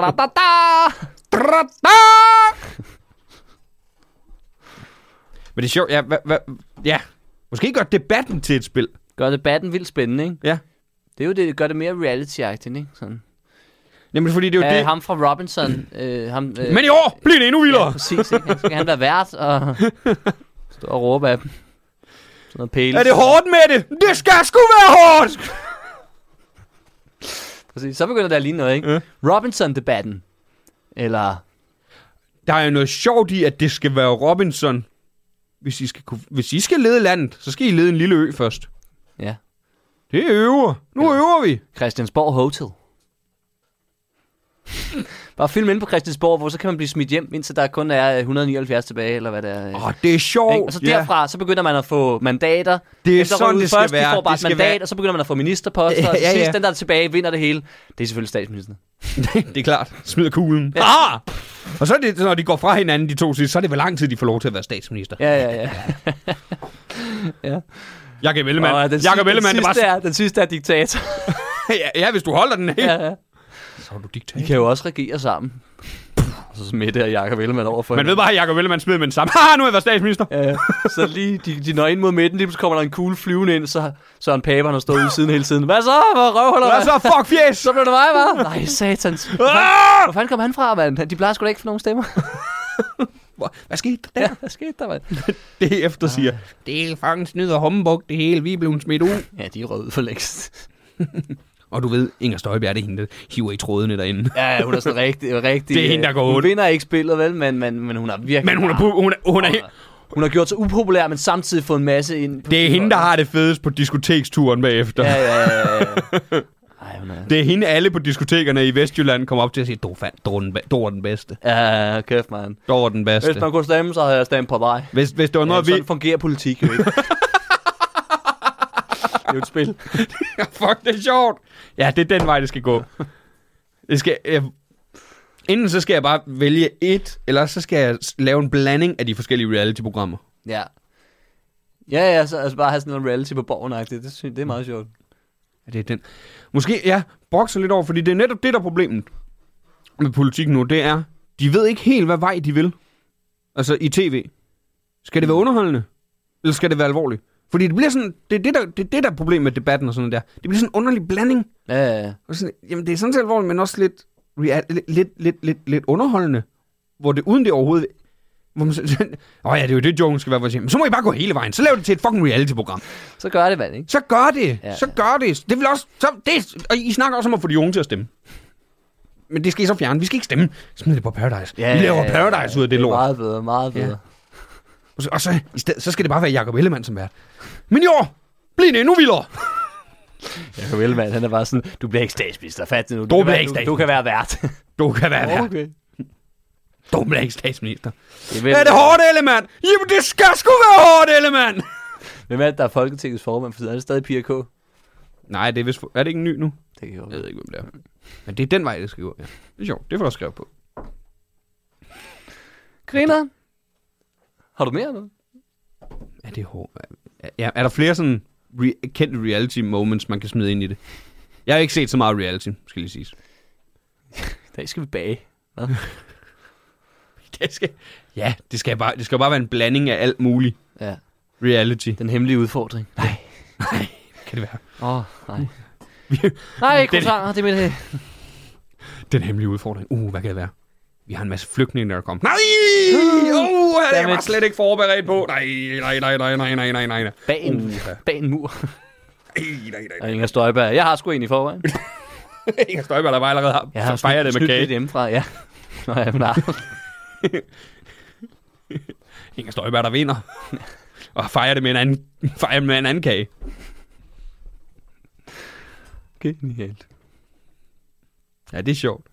Men det er sjovt, ja. Måske gør debatten til et spil. Gør debatten vildt spændende, ikke? Ja. Det er jo det, gør det mere reality-agtigt, ikke? Sådan. Jamen, fordi det er jo det. Ham fra Robinson. Men i år bliver det endnu vildere. Ja, præcis, ikke? Skal han være vært og stå og råbe af dem. Sådan noget pæle. Er det hårdt med det? Det skal sgu være hårdt! Præcis, så begynder der at ligne noget, ikke? Robinson-debatten. Eller... Der er jo noget sjovt i, at det skal være Robinson. Hvis I skal lede landet, så skal I lede en lille ø først. Ja. Det øver. Nu øver vi. Christiansborg Hotel. Bare film inde på Christiansborg, hvor så kan man blive smidt hjem, indtil der kun er 179 tilbage, eller hvad det er. Det er sjovt. Og så derfra, så begynder man at få mandater. Det er sådan, det skal først, være. De får bare et mandat, og så begynder man at få ministerposter. Og til sidst, den der er tilbage, vinder det hele. Det er selvfølgelig statsministeren. Det er klart. Smider kuglen. Ja. Og så er det, når de går fra hinanden, de to sidst, så er det vel lang tid, de får lov til at være statsminister. Ja. Ja. Jakob Ellemann. Den sidste er diktator. Ja, hvis du holder den helt. Ja. Så er du diktator. De kan jo også regere sammen. Og så smitter Jakob Ellemann over for man ved bare, at Jakob Ellemann smider med den samme. Nu er jeg været statsminister. Ja. Så lige, de når ind mod midten, lige kommer der en kugle flyvende ind, så Søren Pape, han har stået ude siden hele tiden. Hvad så? Hvad så? Fuck fjæs! Så blev det mig, hva'? Nej, satans. Hvor fanden kom han fra, mand? De plejer sgu da ikke for nogen stemmer. Hvad skete der? Ja, hvad skete der, mand? Det efter siger, det er fucking snyd og humbug, det hele, vi er blevet smidt ud. Ja, de er røde ud for længst. Og du ved, Inger Støjberg, det er hende, der hiver i trådene derinde. Ja, hun er sådan rigtig... Det er hende, der går ud. Hun vinder ikke spillet, vel, men hun har virkelig... Men hun har gjort sig upopulær, men samtidig fået en masse ind... Det er hende, der har det fedest på diskoteksturen bagefter. Ja. Det er hende, alle på diskotekerne i Vestjylland kommer op til at sige, du er den bedste. Ja, kæft, man. Du er den bedste. Hvis man kunne stemme, så havde jeg stemt på dig. Hvis det var noget, sådan fungerer politik jo ikke. Det er jo et spil. Fuck, det er sjovt. Ja, det er den vej, det skal gå. Enten så skal jeg bare vælge et, eller så skal jeg lave en blanding af de forskellige reality-programmer. Ja. Ja, så altså bare have sådan noget reality på borgen-agtigt. Det er meget sjovt. Ja, det er den. Måske, ja, brokser lidt over, fordi det er netop det, der er problemet med politik nu. Det er, de ved ikke helt, hvad vej de vil. Altså i tv. Skal det være underholdende? Eller skal det være alvorligt? Fordi det bliver sådan, det er det der er problemet med debatten og sådan der. Det bliver sådan en underlig blanding. Ja. Og sådan, jamen det er sådan set alvorligt, men også lidt underholdende. Hvor det uden det overhovedet... Hvor man det er jo det, Jones skal være. Men så må I bare gå hele vejen. Så lav det til et fucking reality-program. Så gør det, vel, ikke? Så gør det. Ja. Så gør det. Det vil også... og I snakker også om at få de unge til at stemme. Men det skal I så fjerne. Vi skal ikke stemme. Smid det på Paradise. Vi laver Paradise ud af det lort. Meget bedre. Ja. Og så i stedet, så skal det bare være Jakob Ellemann som vært. Men i år bliver det endnu vildere. Jakob Ellemann, han er bare sådan, du bliver ikke statsminister. Fat nu. Du kan være vært. Du kan være vært. Okay. Du bliver ikke statsminister. Er det hårdt, Ellemann? Jamen, det skal sgu være hårdt, Ellemann! Hvem er det, der er Folketingets formand? For er det stadig Pia K? Nej, det er vist... Er det ikke en ny nu? Det kan jeg ved ikke, hvem det er. Men det er den vej, det skal gå. Ja. Det er sjovt. Det får du skrevet på. Griner? Har du mere nu? Ja, det er hårdt. Ja, er der flere sådan kendte reality moments, man kan smide ind i det? Jeg har ikke set så meget reality, skal lige siges. I dag skal vi bage. Det skal bare være en blanding af alt muligt. Ja. Reality. Den hemmelige udfordring. Nej. Kan det være? Nej. Nej, croissanter, det er mit... Den hemmelige udfordring. Hvad kan det være? Vi har en masse flygtninge, der er kommet. Nej! Jeg var slet ikke forberedt på. Nej. Bag en mur. Nej. Inger Støjberg. Jeg har sgu en i forvejen. Inger Støjberg, der bare allerede har. Jeg har fejret det med kage. lidt hjemmefra, ja. Nå, ja, men Inger Støjberg, der vinder. Og fejrer det med en anden kage. Genialt. Ja, det er sjovt.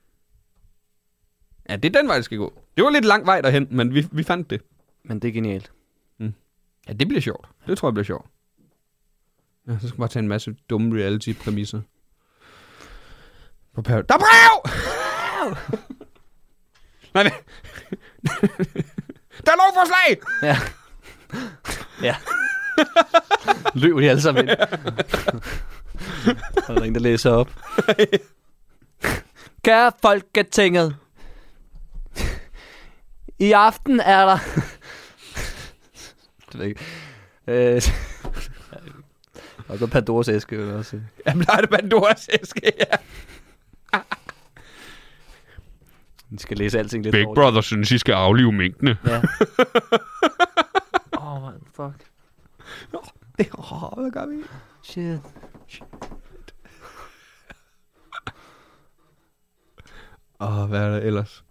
Ja, det er den vej, det skal gå. Det var lidt lang vej derhen, men vi fandt det. Men det er genialt. Ja, det bliver sjovt. Det tror jeg bliver sjovt. Ja, så skal man bare tage en masse dumme reality-præmisser. Der er brev! Nej, der er lovforslag! Ja. Løb de alle sammen ind. Der er ingen, der læser op. Kære Folketinget. I aften er der... det ved jeg ikke. Og så Pandoras æske, vil jeg også sige. Jamen, der er det Pandoras æske, ja. Vi skal læse alting lidt Big dårligt. Brother synes, I skal aflive minkene. Ja. Fuck. Hvad gør vi? Shit. Hvad er der ellers?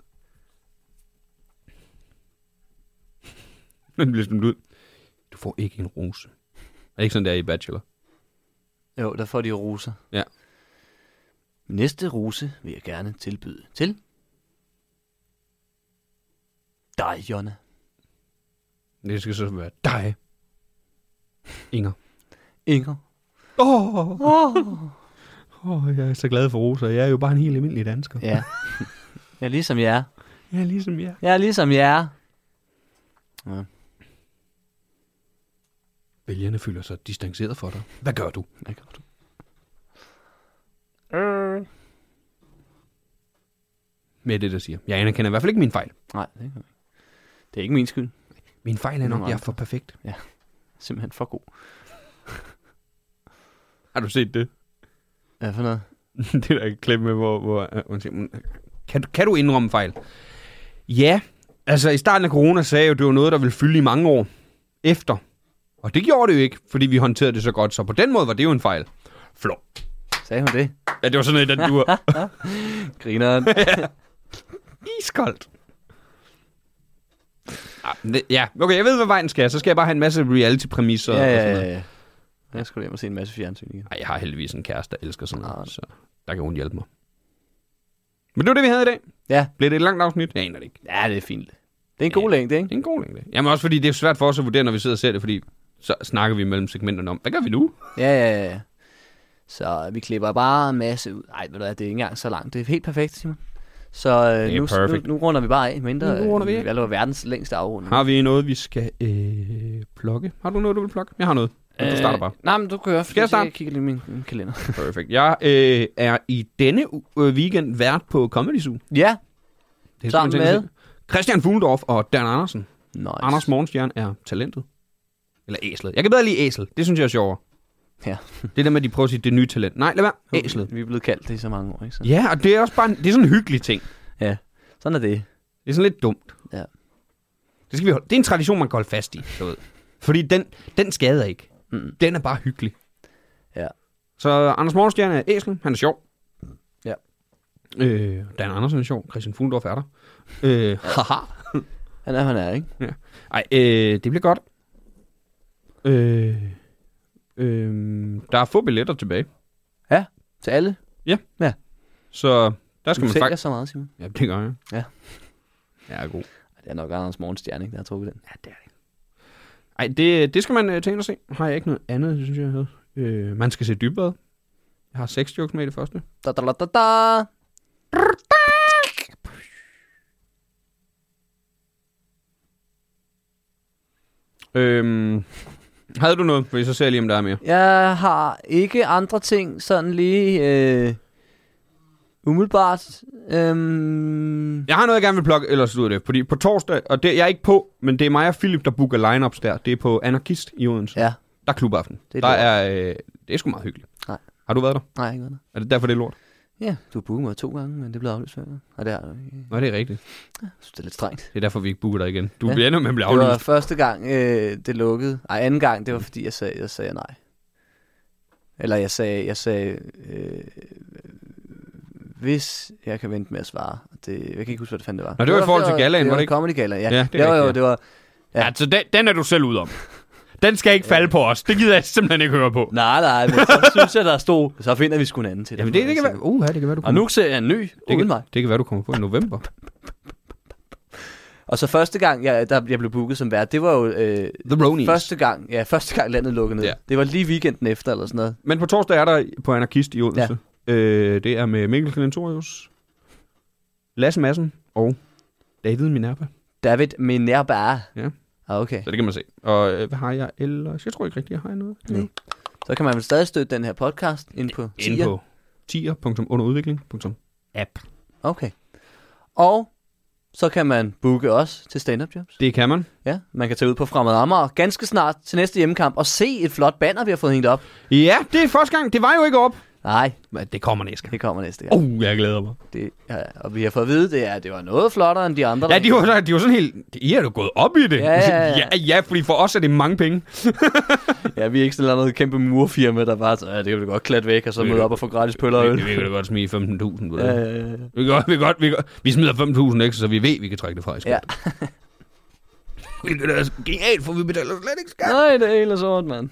Den bliver smidt ud. Du får ikke en rose. Er det ikke sådan, der i Bachelor? Jo, der får de roser. Ja. Næste rose vil jeg gerne tilbyde til dig, Jonna. Det skal så være dig. Inger. Inger. Jeg er så glad for roser. Jeg er jo bare en helt almindelig dansker. Ja. Jeg er ligesom jer. Jeg er ligesom jer. Jeg er ligesom jer. Ja. Vælgerne føler sig distanceret for dig. Hvad gør du? Hvad gør du? Med det, der siger. Jeg anerkender i hvert fald ikke min fejl. Nej, det er ikke. Det er ikke min skyld. Min fejl er nok, jeg er for perfekt. Ja, simpelthen for god. Har du set det? Hvad for noget? Det der et klip med, hvor hun siger, kan du indrømme fejl? Ja, altså i starten af corona sagde jeg jo, det var noget, der ville fylde i mange år efter. Og det gjorde det jo ikke, fordi vi håndterede det så godt. Så på den måde var det jo en fejl. Flå. Sagde hun det? Ja, det var sådan noget i den dur. Grineren. Iskoldt. Ja, okay, jeg ved, hvad vejen skal. Så skal jeg bare have en masse reality-præmisser. Ja. Jeg skulle hjem og se en masse fjernsyn igen. Ej, jeg har heldigvis en kæreste, der elsker sådan noget, så der kan hun hjælpe mig. Men det var det, vi havde i dag. Ja. Blev det et langt afsnit? Jeg aner det ikke. Ja, det er fint. Det er en god længde, ikke? Det er en god længde. Jamen også fordi, det er svært for os at vurdere, når vi sidder og ser det, fordi så snakker vi mellem segmenterne om, hvad gør vi nu? Ja. Så vi klipper bare en masse ud. Ej, ved du hvad, det er ikke engang så langt. Det er helt perfekt, Simon. Så nu runder vi bare af. Mindre, Nu runder vi af. Vi laver verdens længste afrunding. Har vi noget, vi skal plukke? Har du noget, du vil plukke? Jeg har noget. Du starter bare. Nej, men du kører. Skal jeg starte? Jeg kigger lige min kalender. Perfekt. Jeg er i denne weekend vært på Comedy Zoo. Ja. Det Sammen med? Christian Fuglendorf og Dan Andersen. Nice. Anders Morgenstjerne er talentet. Eller æslet. Jeg kan bedre lide æsel. Det synes jeg er sjovere. Ja. Det der med, at de prøver at sige, det nye talent. Nej, lad være. Æslet. Vi er blevet kaldt det i så mange år, ikke? Så. Ja, og det er også bare det er sådan en hyggelig ting. Ja, sådan er det. Det er sådan lidt dumt. Ja. Det skal vi holde. Det er en tradition, man kan holde fast i. Du ved. Fordi den skader ikke. Den er bare hyggelig. Ja. Så Anders Morgenstjerne er æsel. Han er sjov. Ja. Dan Andersen er sjov. Christian Fuglendorf er der. Haha. Han er, ikke? Ja. Ej, det bliver godt. Der er få billetter tilbage. Ja, til alle. Så der skal Du man sælger faktisk... så meget, Simon. Ja, det gør jeg. Ja. Jeg er god. Det er nok Anders Morgenstjerne, ikke? Der har trukket den. Ja, det er det. Ej, det skal man tage ind og se. Har jeg ikke noget andet, synes jeg havde. Man skal se Dybbad. Jeg har 6 jokes med i det første. Da. Havde du noget? For så ser jeg lige, om der er mere. Jeg har ikke andre ting sådan lige umiddelbart. Jeg har noget, jeg gerne vil plukke, ellers ud af det. Fordi på torsdag, og det jeg er ikke på, men det er mig og Philip, der booker lineups der. Det er på Anarkist i Odense. Ja. Der er klubaften. Det er sgu meget hyggeligt. Nej. Har du været der? Nej, ikke været der. Er det derfor, det er lort? Ja, du har booket mig 2 gange, men det blev aflyst før. Og det er Nej, det er rigtigt. jeg synes, det er lidt strengt. Det er derfor, vi ikke booker dig igen. Du Ja. bliver endnu med at blive Det var aflyst. første gang, det lukkede. Ej, anden gang, det var fordi, jeg sagde nej. Eller jeg sagde hvis jeg kan vente med at svare. Jeg kan ikke huske, hvad det fanden det var. Nå, det var i forhold til gallaen, var det ikke? Comedy Gala, ja. Ja, det er rigtigt, det var... Ja, så den er du selv ud om. Den skal ikke falde på os. Det gider jeg simpelthen ikke høre på. Nej, men så synes jeg, der stod, så finder vi sgu en anden til det. Jamen det kan være. Det kan være, du Og kommer. nu ser jeg en ny, uden mig. Det kan være, du kommer på i november. Og så første gang, jeg blev booket som vært, det var jo The Ronies. første gang landet lukkede ned. Ja. Det var lige weekenden efter, eller sådan noget. Men på torsdag er der på Anarkist i Odense. Ja. Det er med Mikkel Klentorius, Lasse Madsen og David Minerva. David Minerva. Ja. Okay. Så det kan man se. Og hvad har jeg ellers? Jeg tror ikke rigtigt, jeg har noget. Nej. Så kan man vel stadig støtte den her podcast inde på Inde Tier. på tier.underudvikling.app. Okay. Og så kan man booke os til stand-up jobs. Det kan man. Ja, man kan tage ud på Fremad Amager ganske snart til næste hjemmekamp og se et flot banner, vi har fået hængt op. Ja, det er første gang. Det var jo ikke op. Nej, Men det kommer næste gang. det kommer næste gang. Jeg glæder mig. Og vi har fået at vide, det var noget flottere end de andre. Ja, de var sådan helt... I er jo gået op i det. Ja. Fordi for os er det mange penge. Ja, vi er ikke sådan noget kæmpe murfirma, der bare det kan vi godt klatte væk, og så møde op og få gratis pøller og øl. Vi kan da godt smide 15.000. Ja. Vi smider 5.000 ekstra, så vi ved, vi kan trække det fra i skat. Ja. Det er da genialt, for vi betaler slet ikke skat. Nej, det er helt sort, mand.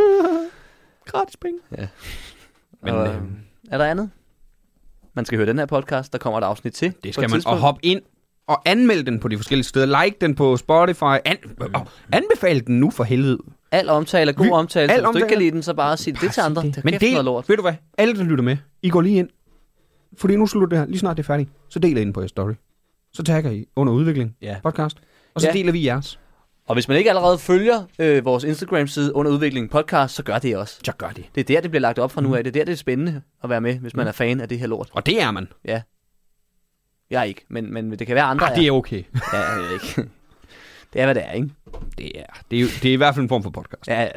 Gratis penge. Ja. Men, er der andet? Man skal høre den her podcast, der kommer et afsnit til. det skal man. Og hoppe ind og anmelde den på de forskellige steder. Like den på Spotify. Anbefale den nu for helvede. Al omtale er god omtale, så hvis du ikke kan lide den, så bare sig det til andre. Men del, ved du hvad? Alle, der lytter med, I går lige ind. Fordi nu slutter det her. Lige snart det er færdigt. Så deler I den på jeres story. Så tagger I under udvikling podcast. Og så deler vi jeres. Og hvis man ikke allerede følger vores Instagram-side under udvikling podcast, så gør det også. Så gør det. Det er der, det bliver lagt op fra nu af. Det er der, det er spændende at være med, hvis man er fan af det her lort. Og det er man. Ja. Jeg er ikke, men det kan være andre. Det er okay. Ja, jeg ved ikke. Det er, hvad det er, ikke? Det er i hvert fald en form for podcast. Ja.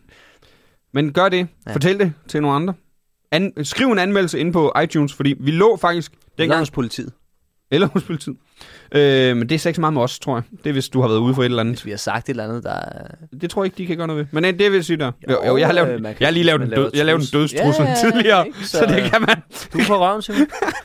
Men gør det. Ja. Fortæl det til nogle andre. Skriv en anmeldelse inde på iTunes, fordi vi lå faktisk dengang... hos politiet. Eller hos politiet. Men det er ikke så meget med os, tror jeg. Det er, hvis du har været ude for et eller andet. Hvis vi har sagt et eller andet, der... Det tror jeg ikke, de kan gøre noget ved. Men det vil jeg sige der. Jo, jeg har lige lavet en dødstrussel tidligere, så det kan man. Du er på røven, Simon.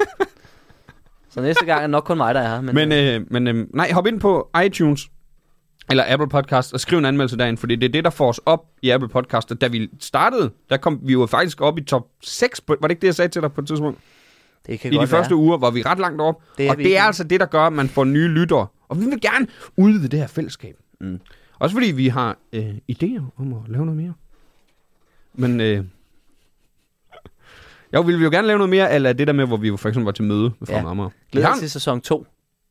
Så næste gang er nok kun mig, der er her. Men nej, hop ind på iTunes eller Apple Podcast og skriv en anmeldelse derinde, fordi det er det, der får os op i Apple Podcast. Og da vi startede, der kom vi jo faktisk op i top 6. Var det ikke det, jeg sagde til dig på et tidspunkt? Det kan I de første uger var vi ret langt op. Og det er altså det, der gør, at man får nye lyttere. Og vi vil gerne udvide det her fællesskab. Mm. Også fordi vi har idéer om at lave noget mere. Men jeg ville jo gerne lave noget mere, eller det der med, hvor vi jo for eksempel var til møde med Fremad Amager. Glæder til sæson 2.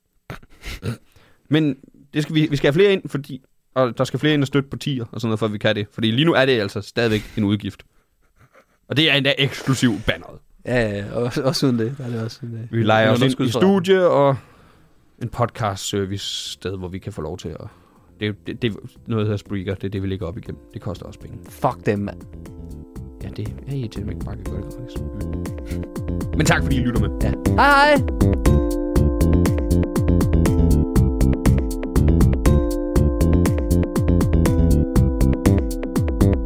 Men det skal vi skal have flere ind, og der skal flere ind og støtte på tier og sådan noget, for at vi kan det. Fordi lige nu er det altså stadigvæk en udgift. Og det er endda eksklusiv banneret. Ja, også uden det. Er det også vi leger os ind i studie og en podcast service sted, hvor vi kan få lov til at... Det noget, der hedder Spreaker, det er det, vi lægger op igennem. Det koster også penge. Fuck dem, mand. Ja, det er irriterende, at man ikke bare kan gøre det gratis. Men tak, fordi I lytter med. Ja. Hej hej!